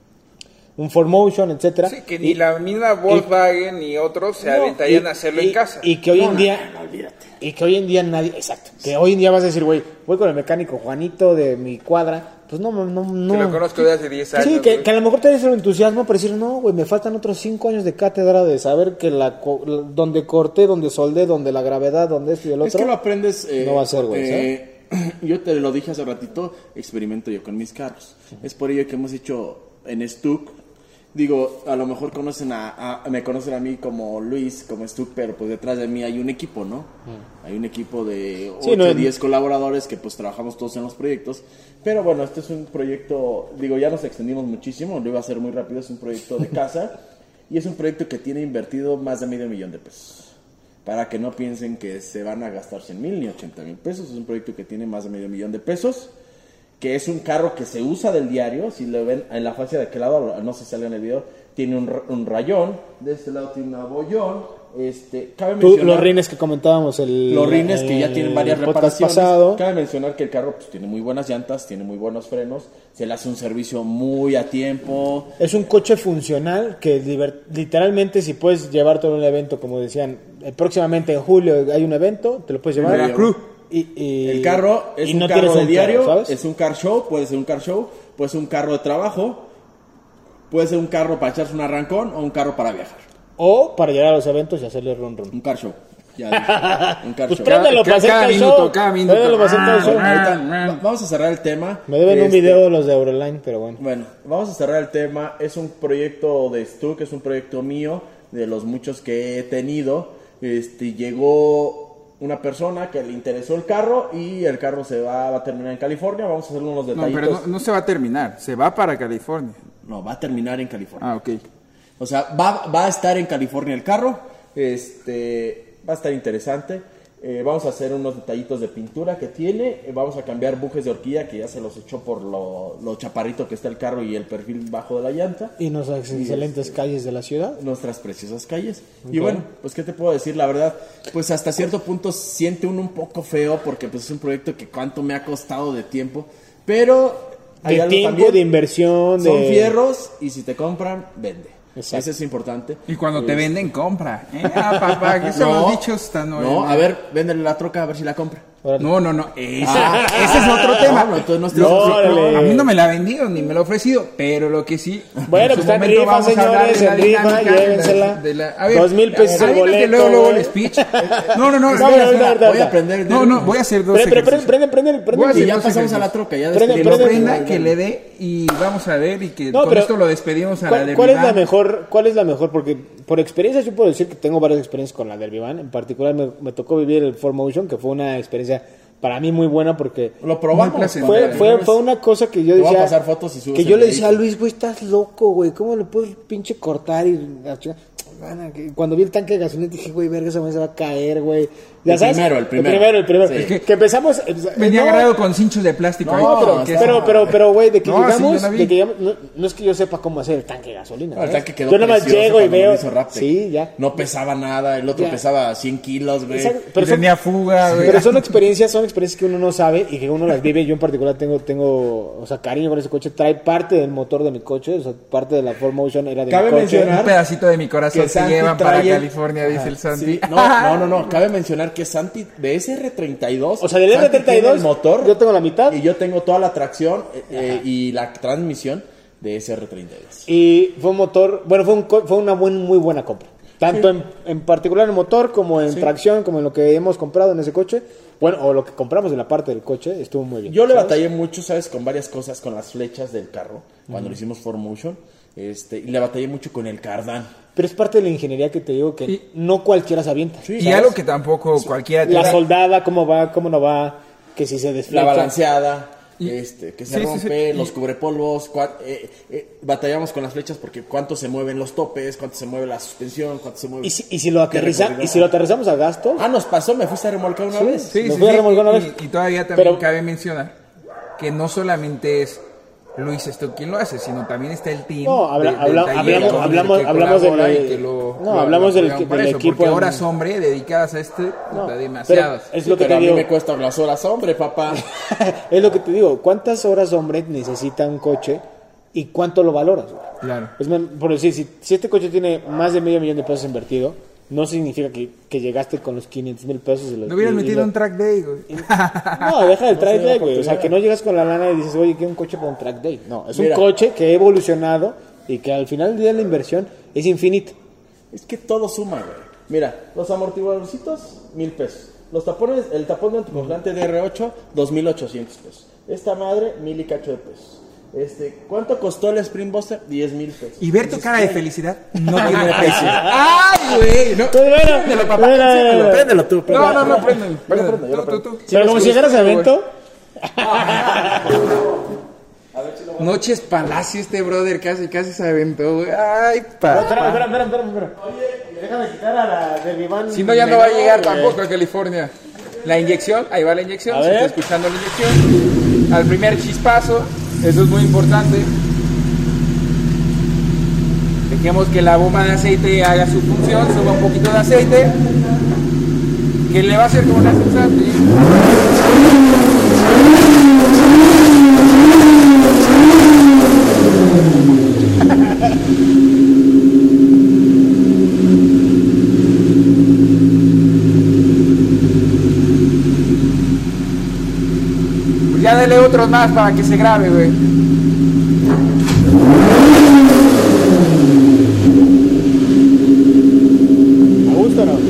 un four motion, etcétera? Sí, que ni y, la misma Volkswagen y, ni otros se no, aventarían y, a hacerlo y, en casa. Y que hoy no, en día... No, no, olvídate. Y que hoy en día nadie... Exacto. Que hoy en día vas a decir, güey, voy con el mecánico Juanito de mi cuadra. Pues no, no, no. Que lo conozco de hace diez años. Sí, que, que a lo mejor te des el entusiasmo para decir, no, güey, me faltan otros cinco años de cátedra de saber que la donde corté, donde soldé, donde la gravedad, donde esto y el otro. Es que lo aprendes... Eh, no va a ser, güey, eh, yo te lo dije hace ratito, experimento yo con mis carros. Uh-huh. Es por ello que hemos hecho en Stuck. Digo, a lo mejor conocen a, a me conocen a mí como Luis, como Stuck, pero pues detrás de mí hay un equipo, ¿no? Uh-huh. Hay un equipo de ocho o sí, no, diez colaboradores que pues trabajamos todos en los proyectos. Pero bueno, este es un proyecto, digo, ya nos extendimos muchísimo, lo iba a hacer muy rápido, es un proyecto de casa y es un proyecto que tiene invertido más de medio millón de pesos. Para que no piensen que se van a gastar cien mil ni ochenta mil pesos, es un proyecto que tiene más de medio millón de pesos, que es un carro que se usa del diario, si lo ven en la fase de aquel lado, no sé si sale en el video, tiene un, un rayón, de este lado tiene un abollón. Este, cabe Tú, mencionar, los rines que comentábamos el los rines que ya tienen varias reparaciones. Pasado. Cabe mencionar que el carro pues, tiene muy buenas llantas, tiene muy buenos frenos, se le hace un servicio muy a tiempo. Es un coche funcional que literalmente si puedes llevártelo a un evento, como decían, próximamente en julio hay un evento, te lo puedes llevar. Veracruz. Y, y, el carro es un no carro de diario, carro, es un car show, puede ser un car show, puede ser un carro de trabajo, puede ser un carro para echarse un arrancón o un carro para viajar. O para llegar a los eventos y hacerle run run. Un car show. Ya un car pues show. préndelo para hacer cada car minuto, show. cada minuto. Préndelo para hacer car show. Ahorita, vamos a cerrar el tema. Me deben este, un video de los de Euroline, pero bueno. Bueno, vamos a cerrar el tema. Es un proyecto de Stuck, es un proyecto mío, de los muchos que he tenido. Este, llegó una persona que le interesó el carro y el carro se va, va a terminar en California. Vamos a hacer unos detallitos. No, pero no, no se va a terminar, se va para California. No, va a terminar en California. Ah, ok. O sea, va, va a estar en California el carro, este, va a estar interesante. Eh, vamos a hacer unos detallitos de pintura que tiene, eh, vamos a cambiar bujes de horquilla que ya se los echó por lo, lo chaparrito que está el carro y el perfil bajo de la llanta. Y nuestras y excelentes este, calles de la ciudad. Nuestras preciosas calles. Okay. Y bueno, pues qué te puedo decir, la verdad, pues hasta cierto punto siente uno un poco feo porque pues es un proyecto que cuánto me ha costado de tiempo, pero... De tiempo, también, de inversión, son de... fierros y si te compran, vende. Exacto. Eso es importante. Y cuando te venden, compra. ¿Eh? Ah, papá, ¿qué son no, los dichos tan No, no, a ver, véndele la troca a ver si la compra. No, no, no, ese, ah, ese es otro tema. No, no, no, no, a mí no me la ha vendido ni me la ha ofrecido, pero lo que sí. Bueno, pues está en rifa, señores, en rifa, llévensela. De la, a ver, dos mil pesos el boleto. Luego, luego el speech. No, no, no, no, voy a aprender. No, no, voy a hacer dos ejercicios. Prende, prende, prende. Y ya pasamos a la troca. Ya que lo prenda, que le dé y vamos a ver y que con esto lo despedimos a la Derby. ¿Cuál es la mejor? ¿Cuál es la mejor? Porque por experiencia yo puedo decir que tengo varias experiencias con la Derby Van. En particular me, me tocó vivir el four motion, que fue una experiencia para mí muy buena porque lo probamos. Fue, fue, fue una cosa que yo Te decía. Voy a pasar fotos y que yo le decía a Luis, güey, estás loco, güey. ¿Cómo le puedo pinche cortar? Y cuando vi el tanque de gasolina dije, güey, verga, esa se va a caer, güey. ¿Ya el sabes? Primero, el primero, el primero. El primero, sí. que, que empezamos... Venía no, agarrado con cinchos de plástico. No, ahí, pero, pero, pero, pero, güey, de que no, llegamos... Sí, de que llegamos no, no es que yo sepa cómo hacer el tanque de gasolina. No, el tanque quedó yo nada más llego y veo... Sí, ya. No pesaba nada, el otro ya. pesaba cien kilos, güey. Pero son, tenía fuga, güey. Pero son experiencias, son experiencias que uno no sabe y que uno las vive. Yo en particular tengo, tengo, o sea, cariño con ese coche. Trae parte del motor de mi coche, o sea, parte de la four motion era de Cabe mi coche. Un pedacito de mi corazón se llevan para California, dice el Santi. Sí. No, no, no, no, cabe mencionar que Santi de ese R treinta y dos, o sea, del R treinta y dos el motor, yo tengo la mitad y yo tengo toda la tracción eh, y la transmisión de ese R treinta y dos. Y fue un motor, bueno, fue, un, fue una buen, muy buena compra. Tanto Sí. en, en particular en motor, como en Sí. tracción, como en lo que hemos comprado en ese coche. Bueno, o lo que compramos en la parte del coche, estuvo muy bien. Yo le ¿sabes? batallé mucho, ¿sabes? Con varias cosas, con las flechas del carro, cuando lo hicimos four motion, este, y le batallé mucho con el cardán. Pero es parte de la ingeniería que te digo que Y- no cualquiera se avienta. Sí, Y ¿sabes? algo que tampoco cualquiera La tiene. soldada, cómo va, cómo no va, que si se La desflecha. balanceada, Y- este, que se sí, sí, rompe, sí. los Y- cubrepolvos, cua- eh, eh, batallamos con las flechas porque cuánto se mueven los topes, cuánto se mueve la suspensión, cuánto se mueve... Y si, y si lo qué aterriza, recorrido. y si lo aterrizamos a gastos, Ah, nos pasó, me fuiste a remolcar una Sí, vez. Sí, Nos sí, voy a sí, remolcar una y- vez. Y, todavía también Pero- cabe mencionar que no solamente es Luis esto quien lo hace, sino también está el team. No, habla- de- del habla- taller hablamos- con el hablamos- que hablamos colabora del- y que lo- no, lo- hablamos lo del- apoyan por del eso, equipo porque en- horas hombre dedicadas a este, no, puta, demasiadas. pero es Sí, lo que pero te a mí digo. me cuesta las horas, hombre, papá. Es lo que te digo. ¿Cuántas horas, hombre, necesita un coche y cuánto lo valoras? güey? Claro. Es men- por decir, si, si este coche tiene más de medio millón de pesos invertido, no significa que, que llegaste con los quinientos mil pesos. Y los, No hubieran y- y metido lo- un track day, güey. No, deja el No track se da day, güey. O sea, oportunidad. que no llegas con la lana y dices, oye, quiero un coche para un track day. No, es Mira. un coche que ha evolucionado y que al final del día la inversión es infinita. Es que todo suma, güey. Mira, los amortiguadorcitos, mil pesos. Los tapones, el tapón de anticongelante de R ocho, dos mil ochocientos pesos. Esta madre, mil y cacho de pesos. Este, ¿cuánto costó el Spring Buster? diez mil pesos. Y ver tu Dices, cara de güey, felicidad no tiene precio. ¡Ay, güey! No, Pero bueno, préndelo, papá, bueno, enciéndelo. bueno, Préndelo tú, No, préndelo. no, no, préndelo. Yo lo prendo, yo lo Tú, tú, prendo. tú. Pero como si llegaras a evento, Noches Palacio, este brother casi, casi se aventó, güey. Ay, Espera, papá. espera, espera, espera, espera. Oye, déjame quitar a la de Iván. Si no, ya no va a llegar güey. tampoco a California. La inyección, ahí va la inyección, A se ver. está escuchando la inyección. Al primer chispazo, eso es muy importante. Dejemos que la bomba de aceite haga su función, suba un poquito de aceite. Que le va a hacer como una sensación. Pues ya dele otros más para que se grabe, güey. ¿A gusto o no?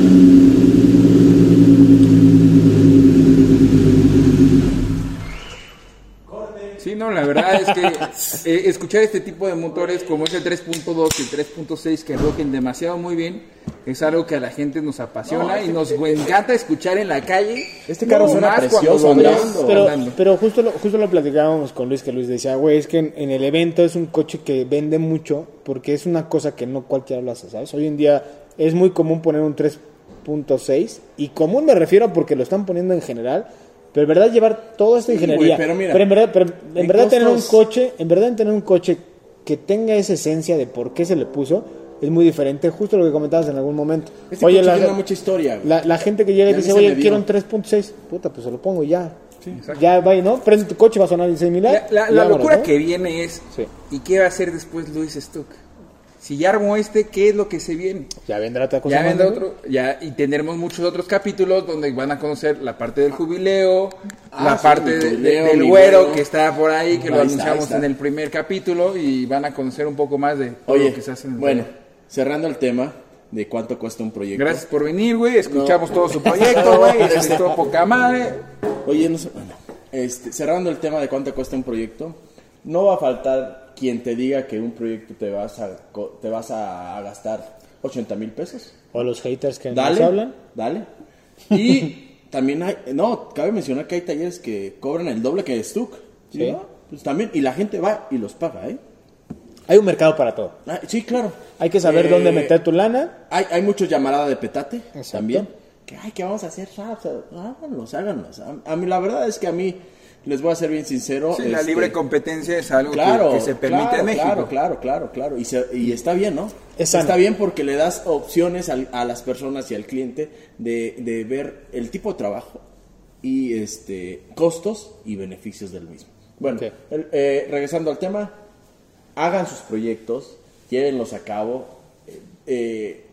Sí, no, la verdad es que eh, escuchar este tipo de motores como es el tres punto dos y el tres punto seis que roquen demasiado muy bien es algo que a la gente nos apasiona y nos encanta escuchar en la calle. Este carro suena más precioso, cuando lo Andrés. ando Pero, andando. pero justo, lo, justo lo platicábamos con Luis, que Luis decía, güey, es que en, en el evento es un coche que vende mucho porque es una cosa que no cualquiera lo hace, ¿sabes? Hoy en día es muy común poner un tres punto seis y común me refiero porque lo están poniendo en general, pero en verdad llevar toda esta Sí, ingeniería, güey, pero mira, en verdad, pero en en verdad tener un costos- coche, en verdad tener un coche que tenga esa esencia de por qué se le puso es muy diferente, justo lo que comentabas en algún momento. Este Oye, coche la, tiene mucha historia, güey. la, la gente que llega y Ya a mí dice, se oye, me dio. quiero un tres punto seis, puta, pues se lo pongo y ya. Ya va, y ¿no? Prende tu coche, va a sonar dieciséis mil. La, la- la vámonos, locura ¿no? que viene es, Sí. ¿y qué va a hacer después Luis Stuck? Si ya armó este, ¿qué es lo que se viene? Ya vendrá otra cosa Ya más, vendrá ¿no? otro, ya, y tendremos muchos otros capítulos donde van a conocer la parte del jubileo, Ah, la sí, parte mi de- jubileo, de- del mi güero güero. que está por ahí, que lo Ahí está, anunciamos ahí está. en el primer capítulo y van a conocer un poco más de todo Oye, lo que se hace en el bueno, taller. cerrando el tema de cuánto cuesta un proyecto. Gracias por venir, güey, escuchamos No. todo su proyecto, güey, este, todo poca madre. Oye, no sé, bueno, este, cerrando el tema de cuánto cuesta un proyecto, no va a faltar quien te diga que un proyecto te vas a, co- te vas a gastar ochenta mil pesos. O los haters que nos Dale, hablan. dale. Y también hay, no, cabe mencionar que hay talleres que cobran el doble que Stuck. Sí. ¿No? Pues también, y la gente va y los paga, ¿eh? Hay un mercado para todo. Ah, sí, claro. Hay que saber Eh, dónde meter tu lana. Hay, hay muchos llamarada de petate Exacto. también. Que, ay, ¿qué vamos a hacer? Raps? Háganlos, háganlos. A, a mí, la verdad es que a mí, les voy a ser bien sincero. Sí, la este, libre competencia es algo que- Claro, que, se permite claro, en México. Claro, claro, claro, claro. Y, se- y está bien, ¿no? Es sano. Está bien porque le das opciones al- a, las personas y al cliente de, de ver el tipo de trabajo y este costos y beneficios del mismo. Bueno, Ok. el- eh, regresando al tema, hagan sus proyectos, llévenlos a cabo eh, eh,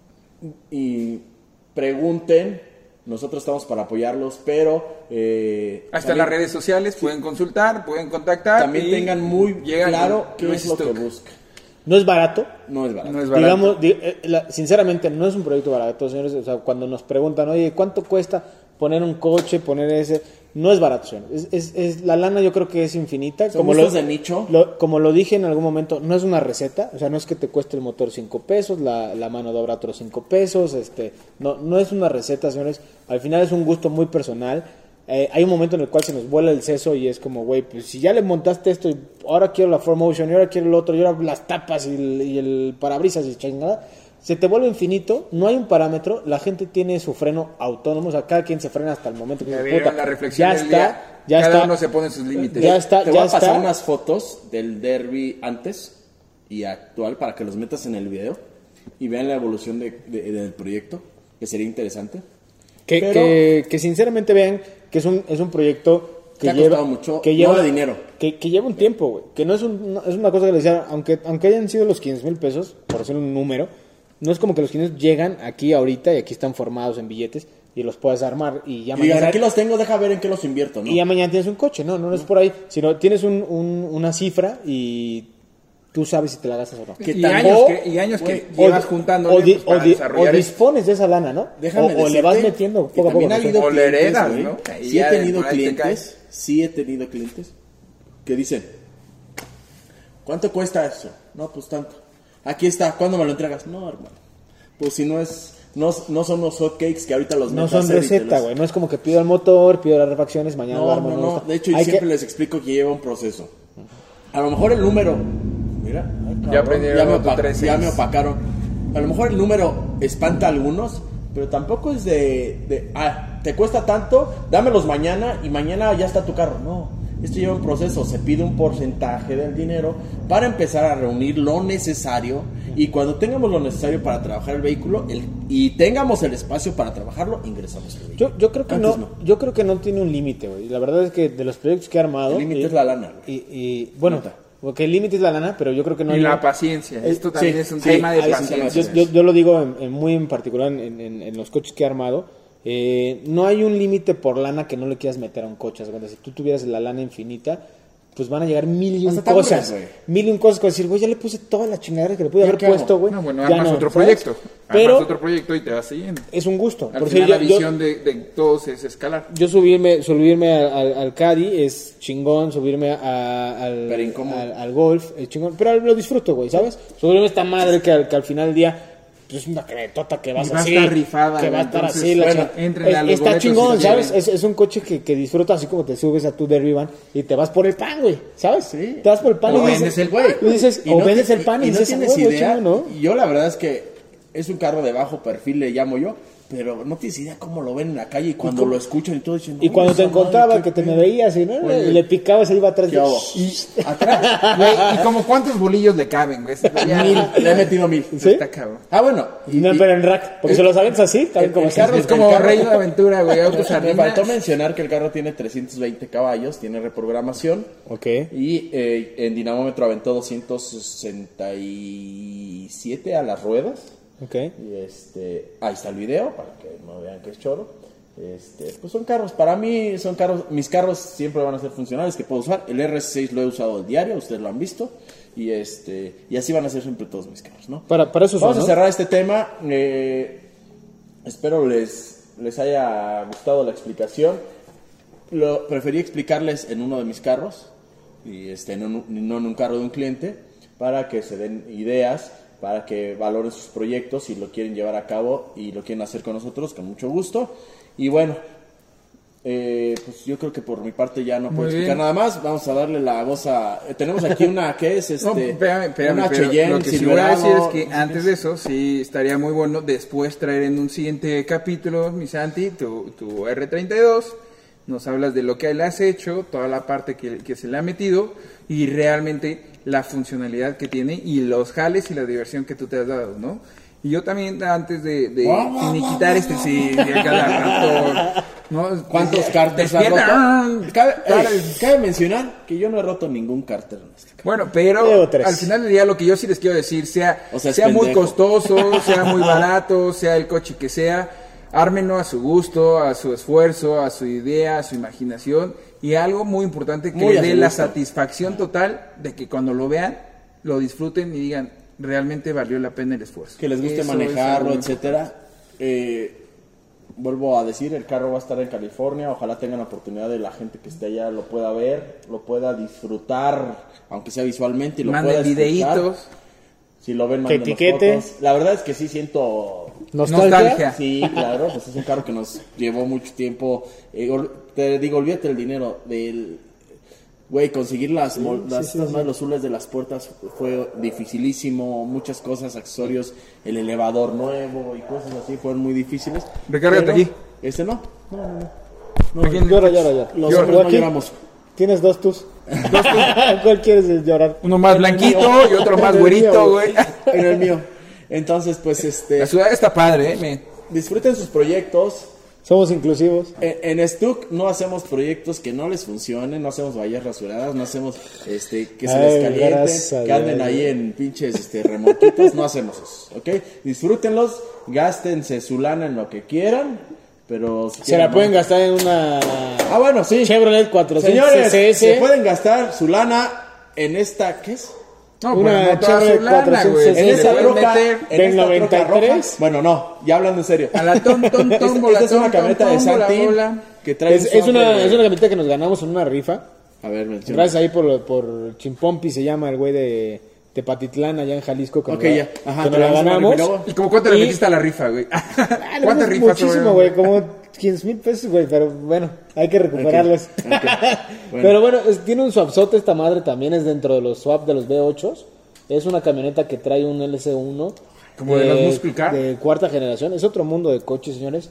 y pregunten. Nosotros estamos para apoyarlos, pero eh, Hasta también- las redes sociales pueden consultar, pueden contactar. también y tengan muy llegan claro con qué Luis es lo que Stuck. buscan. No es barato. No es barato. No es barato. Digamos, di- eh, la- sinceramente, no es un proyecto barato, señores. O sea, cuando nos preguntan, oye, ¿cuánto cuesta poner un coche, poner ese? No es barato, señores. Es, es, es- la lana yo creo que es infinita. Son Como gustos lo, de nicho. lo- como lo dije en algún momento, no es una receta. O sea, no es que te cueste el motor cinco pesos, la, la mano de obra otros cinco pesos. Este, no, no es una receta, señores. Al final es un gusto muy personal. Eh, hay un momento en el cual se nos vuela el seso y es como, güey, pues si ya le montaste esto y ahora quiero la four motion y ahora quiero el otro y ahora las tapas y el, y el parabrisas y chingada, se te vuelve infinito, no hay un parámetro, la gente tiene su freno autónomo, o sea, cada quien se frena hasta el momento que Ya dice, vieron puta, la reflexión ya del está, día. ya Cada está, uno se pone sus límites. ya está, Te ya voy a pasar está. unas fotos del derby antes y actual para que los metas en el video y vean la evolución de, de- del proyecto, que sería interesante. Que, Pero- que, que sinceramente vean que es un, es un proyecto que Te ha lleva costado mucho, que no lleva de dinero. que, que lleva un tiempo, güey, que no es un, no- es una cosa que les decía, aunque aunque hayan sido los quince mil pesos por hacer un número, no es como que los quinientos llegan aquí ahorita y aquí están formados en billetes y los puedes armar y ya Y digas, mañana aquí los tengo, deja ver en qué los invierto, ¿no? y ya mañana tienes un coche, no, no, no es por ahí, sino tienes un, un- una cifra y tú sabes si te la gastas o no. ¿Qué y, tal? años O- que, y años que O llevas di- juntando o, di- pues, para o di- desarrollar o esto. dispones de esa lana, ¿no? Déjame o, o le vas decirte metiendo que poco a poco. también ha ¿no? habido O le clientes, heredas, güey. ¿no? Y Sí ya he de tenido por ahí te clientes, caes. sí he tenido clientes que dicen, ¿cuánto cuesta eso? No, pues tanto. Aquí está, ¿cuándo me lo entregas? No, hermano. Pues si no es, no, no son los hot cakes que ahorita los No meto a son hacer y te receta, los- güey. No es como que pido el motor, pido las refacciones, mañana lo No, armo. no, me no. gusta. De hecho, yo Hay siempre que- les explico que lleva un proceso. A lo mejor el número. Mira, ay, cabrón, aprendieron ya me, otro opa- tres ya seis. me opacaron. A lo mejor el número espanta a algunos, pero tampoco es de, de. Ah, te cuesta tanto, dámelos mañana y mañana ya está tu carro. No. Esto lleva un proceso, se pide un porcentaje del dinero para empezar a reunir lo necesario y cuando tengamos lo necesario para trabajar el vehículo el- y tengamos el espacio para trabajarlo, ingresamos el vehículo. Yo, yo creo que Antes no, yo creo que no tiene un límite, güey. La verdad es que de los proyectos que he armado. El límite y- es la lana, güey. Y, y, bueno, Neta. porque el límite es la lana, pero yo creo que no Y hay. la paciencia. Eh, Esto también sí, es un sí, tema de ahí es un tema de paciencia. Yo, yo- yo lo digo en, en muy en particular en, en- en los coches que he armado. Eh, no hay un límite por lana que no le quieras meter a un coche. Cuando si tú tuvieras la lana infinita, pues van a llegar mil y un Hasta te aburres, cosas. güey. Mil y un cosas que decir, güey, ya le puse toda la chingadera que le pude ¿Yo haber qué hago? puesto, güey. No, bueno, Ya armas no, otro ¿sabes? proyecto. Pero Armas otro proyecto y te vas siguiendo. es un gusto. Al Por final si la yo- yo- visión de, de todos es escalar. Yo subirme, subirme al, al, al Caddy es chingón, subirme a- al, Pero incómodo. al, al golf es chingón, pero lo disfruto, güey, ¿sabes? Subirme a esta madre que, al- que al final del día pues, es una cretota que vas Y va a así, estar rifada, que va a güey, estar entonces, así, la bueno, chingada. éntrenle a Es- los está boletos chingón, si ¿sabes? quieren. Es, es un coche que, que disfrutas así como te subes a tu Derby van y te vas por el pan, güey, ¿sabes? Sí. Te vas por el pan O y dices, vendes el Güey, y dices, y o no vendes ti- el pan y, y no dices, tienes "Ah, huevo, idea. chingón, ¿no?". Y yo la verdad es que es un carro de bajo perfil, le llamo yo, pero no tienes idea cómo lo ven en la calle y cuando cómo- lo escuchan y todo dicen. Y "No, cuando te esa madre, encontraba qué que te me pedo". veías y, ¿no? Oye. y le picabas ahí iba atrás ¿Qué de- hago? Atrás, güey, ¿y como cuántos bolillos le caben, güey? Ya, Mil, le he metido mil. ¿Sí? Está cabrón. Ah, bueno. y- No, y- pero en rack, porque el- se los avientas así, también el- como el así. carro Es como el carro- Rey de Aventura, güey. Autos Me sardinas. faltó mencionar que el carro tiene trescientos veinte caballos, tiene reprogramación Ok. y eh, en dinamómetro aventó doscientos sesenta y siete a las ruedas. Ok. Y este, ahí está el video para que no vean que es choro. Este, pues son carros, para mí son carros, mis carros siempre van a ser funcionales que puedo usar. El R S seis lo he usado el diario, ustedes lo han visto. Y este, y así van a ser siempre todos mis carros, ¿no? Para, para eso son, Vamos a ¿no? cerrar este tema. eh, espero les, les haya gustado la explicación. Lo preferí explicarles en uno de mis carros y este, no, no en un carro de un cliente para que se den ideas, para que valoren sus proyectos si lo quieren llevar a cabo y lo quieren hacer con nosotros, con mucho gusto. Y bueno, eh, pues yo creo que por mi parte ya no puedo Muy explicar bien. nada más. Vamos a darle la voz a... eh, tenemos aquí una que es este... No, espérame, espérame, una pero Cheyenne lo que sí voy a decir Silverado, es que no sé antes qué de eso, sí estaría muy bueno después traer en un siguiente capítulo, mi Santi, tu, tu R treinta y dos, nos hablas de lo que le has hecho, toda la parte que, que se le ha metido y realmente la funcionalidad que tiene y los jales y la diversión que tú te has dado, ¿no? Y yo también antes de, de finiquitar este, sí, de cada rato, ¿no? ¿Cuántos Des- cárteres has despierta. roto? Cabe, Para- ey, cabe mencionar que yo no he roto ningún cárter en este carro. Bueno, pero Llevo tres. al final del día lo que yo sí les quiero decir, sea, O sea, es sea muy pendejo. costoso, sea muy barato, sea el coche que sea, ármenlo a su gusto, a su esfuerzo, a su idea, a su imaginación y algo muy importante que Muy les a dé su la gusto. satisfacción total de que cuando lo vean lo disfruten y digan, realmente valió la pena el esfuerzo. Que les guste Eso manejarlo, es algo etcétera. Eh, vuelvo a decir, el carro va a estar en California. Ojalá tengan la oportunidad de la gente que esté allá lo pueda ver, lo pueda disfrutar, aunque sea visualmente, y lo Manden pueda escuchar. videitos. Si lo ven, Que manden etiquete. fotos. La verdad es que sí siento ¿Nostalgia? Nostalgia. Sí, claro, pues es un carro que nos llevó mucho tiempo. Eh, ol- te digo, olvídate el dinero. Del, güey, conseguir las, mol- sí, las sí, estas sí. madres azules de las puertas fue dificilísimo. Muchas cosas, accesorios, el elevador nuevo y cosas así fueron muy difíciles. Recárgate Pero aquí. Este no. No, no, no. No, ¿A quién? llora, llora, llora. Los Llora. hombres no Aquí lloramos. Tienes dos tus. ¿Cuál quieres llorar? Uno más blanquito y otro más En el güerito, mío, güey. En el mío. Entonces, pues, este, La ciudad está padre, ¿eh? men. disfruten sus proyectos. Somos inclusivos. En, en Stuck no hacemos proyectos que no les funcionen, no hacemos vallas rasuradas, no hacemos este que se Ay, les calienten, gracias a que anden Dios. ahí en pinches este, remolquitos, no hacemos eso, ¿ok? Disfrútenlos, gástense su lana en lo que quieran, pero... si Se quieren, la pueden no. gastar en una Ah, bueno, sí. Chevrolet cuatrocientos Señores, C S. se pueden gastar su lana en esta, ¿qué es? No, Una pues no toda Chevrolet su lana, cuatrocientos güey. sesenta. Si En le esa pueden troca, meter en del esta noventa y troca roja. tres. Bueno, no, ya hablando en serio. a la tom, tom, Esta- tom, bola, esta es una tom, camioneta tom, de tom, bola, Santi bola. que trae Es, un es una, software- es una camioneta que nos ganamos en una rifa. A ver, menciona. Gracias ahí por, por Chimpompi, se llama el güey de Tepatitlán, allá en Jalisco. Que Ok, nos la- ya. Ajá, que nos pero la vamos a ver, ganamos. y luego- ¿Y como cuánto le Y- metiste a la rifa, güey? Ah, le ¿Cuántas dimos rifas? muchísimo, güey, como quince mil pesos, güey, pero bueno, hay que recuperarlos. Ok, ok. Bueno. Pero bueno, es- tiene un swapzote esta madre, también es dentro de los swap de los V ocho. Es una camioneta que trae un L C uno. Como de los Muscle Car. De cuarta generación. Es otro mundo de coches, señores.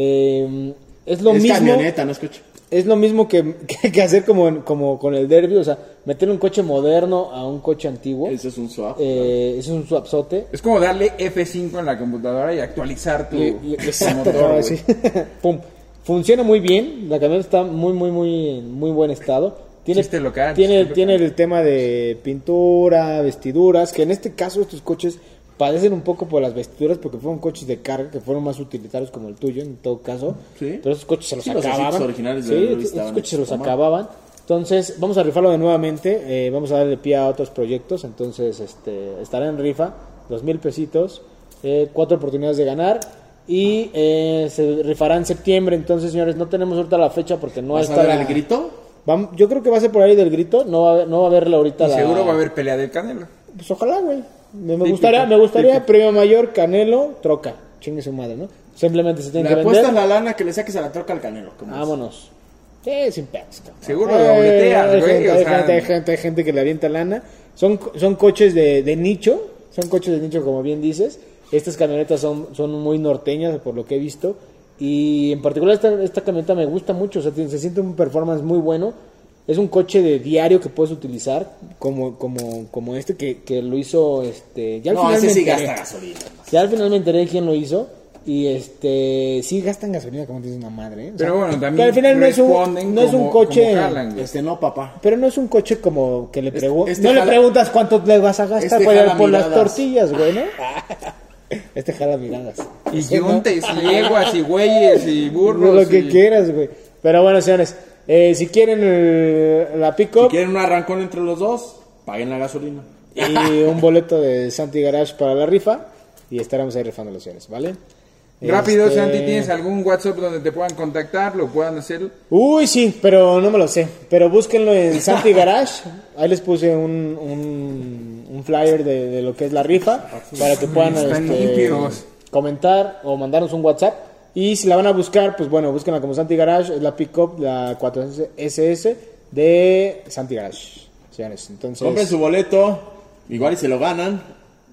Eh, es lo Es mismo. camioneta, no escucho. Es lo mismo que, que, que hacer como, en- como con el Derby, o sea, meter un coche moderno a un coche antiguo. Eso es un swap. Eh, eso es un swapzote. Es como darle F cinco en la computadora y actualizar tu, Le- tu le- motor, güey. Sí. Pum. Funciona muy bien, la camioneta está muy muy muy en muy buen estado. Tiene, Chiste local, tiene, chiste tiene local. el tema de pintura, vestiduras, que en este caso estos coches padecen un poco por las vestiduras porque fueron coches de carga que fueron más utilitarios como el tuyo en todo caso. Sí. Pero esos coches se los Sí, los acababan. asientos originales de Sí, Luis esos estaban coches se los hechos a acababan. Entonces, vamos a rifarlo de nuevamente. eh, vamos a darle pie a otros proyectos. Entonces, este estará en rifa, dos mil pesitos, eh, cuatro oportunidades de ganar. Y eh, se rifará en septiembre. Entonces, señores, no tenemos ahorita la fecha porque no ¿Vas a está ver la- el grito? Vam- yo creo que va a ser por ahí del grito. No va a, haber- no va a haberla ahorita. Y la- seguro va a haber pelea del Canelo. Pues ojalá, güey. Me, me Típico, gustaría, me gustaría típico. premio mayor, Canelo, troca. Chingue su madre, ¿no? Simplemente se tiene Le que apuestas vender. la lana que le saques a la troca al Canelo. como es. Vámonos. Sí, sin pedos. cabrón. Seguro Eh, lo dobleteas, hay güey, gente, o hay sea- gente, hay gente, hay gente que le avienta lana. Son, son coches de, de nicho. Son coches de nicho, como bien dices. Estas camionetas son, son muy norteñas, por lo que he visto. Y en particular esta, esta camioneta me gusta mucho. O sea, tiene- se siente un performance muy bueno. Es un coche de diario que puedes utilizar, como, como, como este que, que lo hizo. Este, ya al No, final ese me sí enteré. gasta gasolina. Ya al final me enteré de quién lo hizo. Y este sí gastan gasolina, como dices, una madre. ¿eh? O sea, Pero bueno, también que al final no es un, responden no es un como- coche. como jalan, güey. Este no, papá. Pero no es un coche como que le preguntas. este no le jala- preguntas cuánto le vas a gastar este para ir jala por las miradas. tortillas, güey, ¿no? Este jala miradas. Y Sí, ¿no? yuntes, y yeguas, y güeyes, y burros. Lo que y- quieras, güey. Pero bueno, señores, eh, si quieren el- la Si pick-up quieren un arrancón entre los dos, paguen la gasolina. y un boleto de Santi Garage para la rifa, y estaremos ahí rifando los señores, ¿vale? Rápido, Este- Santi, ¿tienes algún WhatsApp donde te puedan contactar? ¿Lo puedan hacer? Uy, sí, pero no me lo sé. Pero búsquenlo en Santi Garage. Ahí les puse un, un, un flyer de, de lo que es la rifa para que puedan Están este, limpios. comentar o mandarnos un WhatsApp. Y si la van a buscar, pues bueno, búsquenla como Santi Garage. Es la pickup, la cuatro S S de Santi Garage. Señores, entonces. Compren su boleto, igual y se lo ganan.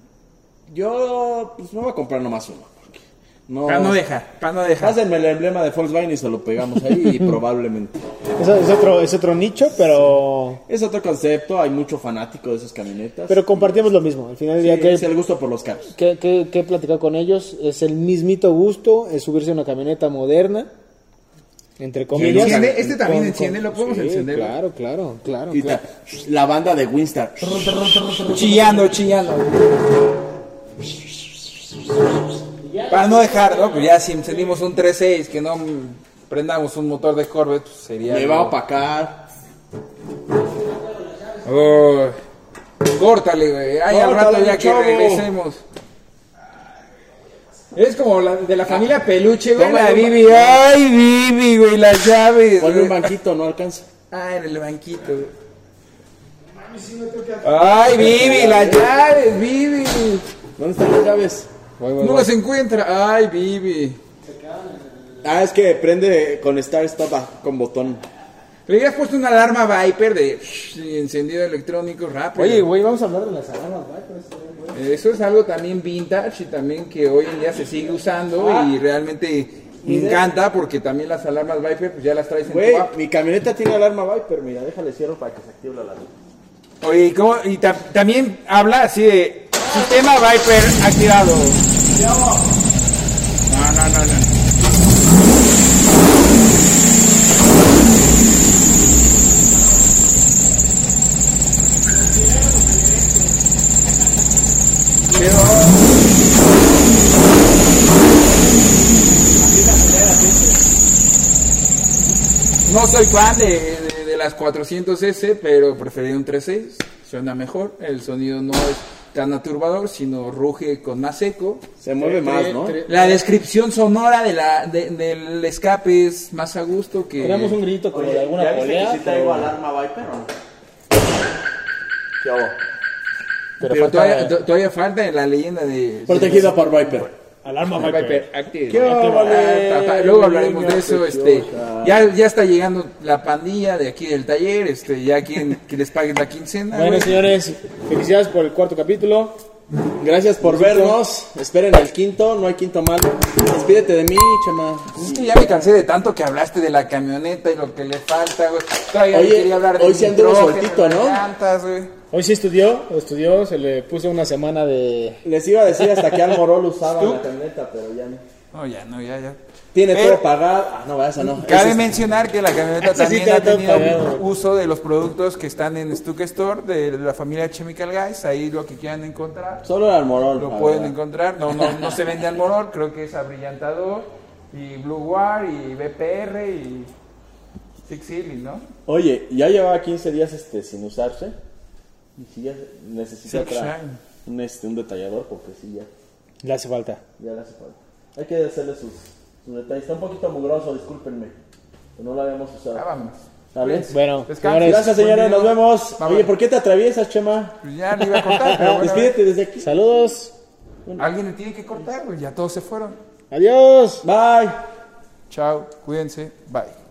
Yo, pues me voy a comprar nomás uno. porque No, Para no dejar, para no dejar. Pásenme el emblema de Volkswagen y se lo pegamos ahí y probablemente. Eso es otro, es otro nicho, pero. Es otro concepto, hay mucho fanático de esas camionetas. Pero compartimos lo mismo. Al final del Sí, día que es el gusto por los carros. que, que, que he platicado con ellos, es el mismito gusto, es subirse a una camioneta moderna, entre comillas. enciende? ¿Este también Con- enciende? ¿Lo podemos sí, encender? Claro, claro, claro. Y claro. ta- la banda de Winstar. Chillando, chillando. Para no dejar, ¿no? Pues ya si encendimos un tres seis, que no mm, prendamos un motor de Corvette, pues sería... Me algo- va a opacar. Oh. Córtale, güey. Ay, al Córtale, rato ya que chavo. regresemos. Es como la de la familia Peluche, güey. Toma La la Bibi. Bibi. Ay, Bibi, güey, las llaves. Ponle un güey. banquito, no alcanza. Ah, en el banquito, güey. Ay, Bibi, las llaves, Bibi. ¿Dónde están las llaves? No las encuentra. Ay, Bibi. Ah, es que prende con Start Stop ah, con botón. Le hubieras puesto una alarma Viper de shh, encendido electrónico rápido. Oye, güey, vamos a hablar de las alarmas, güey. Eso es algo también vintage y también que hoy en día se sigue usando Ah. y realmente me encanta porque también las alarmas Viper pues ya las traes en Güey, tu app. mi camioneta tiene alarma Viper, mira, déjale cierro para que se active la alarma. Oye, ¿y, cómo? y ta- también habla así de sistema Viper activado. No, no, no, no. No soy fan de, de, de las cuatrocientos ese, pero preferí un tres seis. Suena mejor. El sonido no es tan aturbador, sino ruge con más eco. Se mueve más, ¿no? La descripción sonora de la, de- del escape es más a gusto que... Tenemos un grito como de alguna ¿ya viste polea. que sí traigo alarma Viper o no? ¿Qué hago? Pero, Pero falta- todavía, to- todavía falta la leyenda de... Protegida por Viper. Alarma Viper, Viper. Active. ¿Qué vale? Ah, papá, luego hablaremos de eso. Niña Este, preciosa. ya, ya está llegando la pandilla de aquí del taller. Este, ya quien que les pague la quincena. Bueno, güey. señores, felicidades por el cuarto capítulo. Gracias por vernos. Esperen el quinto, no hay quinto malo. Despídete de mí, chama. Es que ya me cansé de tanto que hablaste de la camioneta y lo que le falta, güey. Todavía Oye, quería hablar de hoy sí anduvo nitrógeno, sueltito, de ¿no? llantas, güey. Hoy sí estudió, estudió, se le puso una semana de... Les iba a decir hasta que Almorol usaba la camioneta, pero ya no. No, ya, no, ya, ya. Tiene Pero- todo pagado. Ah, no, esa no. Cabe Ese es- mencionar que la camioneta Ese sí también está ha todo tenido pagado. uso de los productos que están en Stuck Store de la familia Chemical Guys. Ahí lo que quieran encontrar. Solo el Almorol. Lo la pueden verdad. encontrar, no, no, no se vende al morol, creo que es abrillantador, y Blue War, y B P R, y Six Ceiling, ¿no? Oye, ya llevaba quince días este sin usarse. Y si ya necesita Silk otra- Shine. un, este, un detallador, porque sí, ya, Le hace falta. ya le hace falta. Hay que hacerle sus, sus detalles. Está un poquito mugroso, discúlpenme. Que no lo habíamos Ah, usado. vámonos. ¿Sale? Bueno, Descansen. señores, Gracias, señores. Nos vemos. Bye, bye. Oye, ¿por qué te atraviesas, Chema? Pues ya le iba a cortar, pero bueno, Despídete desde aquí. saludos. alguien le tiene que cortar, pues ya todos se fueron. Adiós. Bye. Chao, cuídense, bye.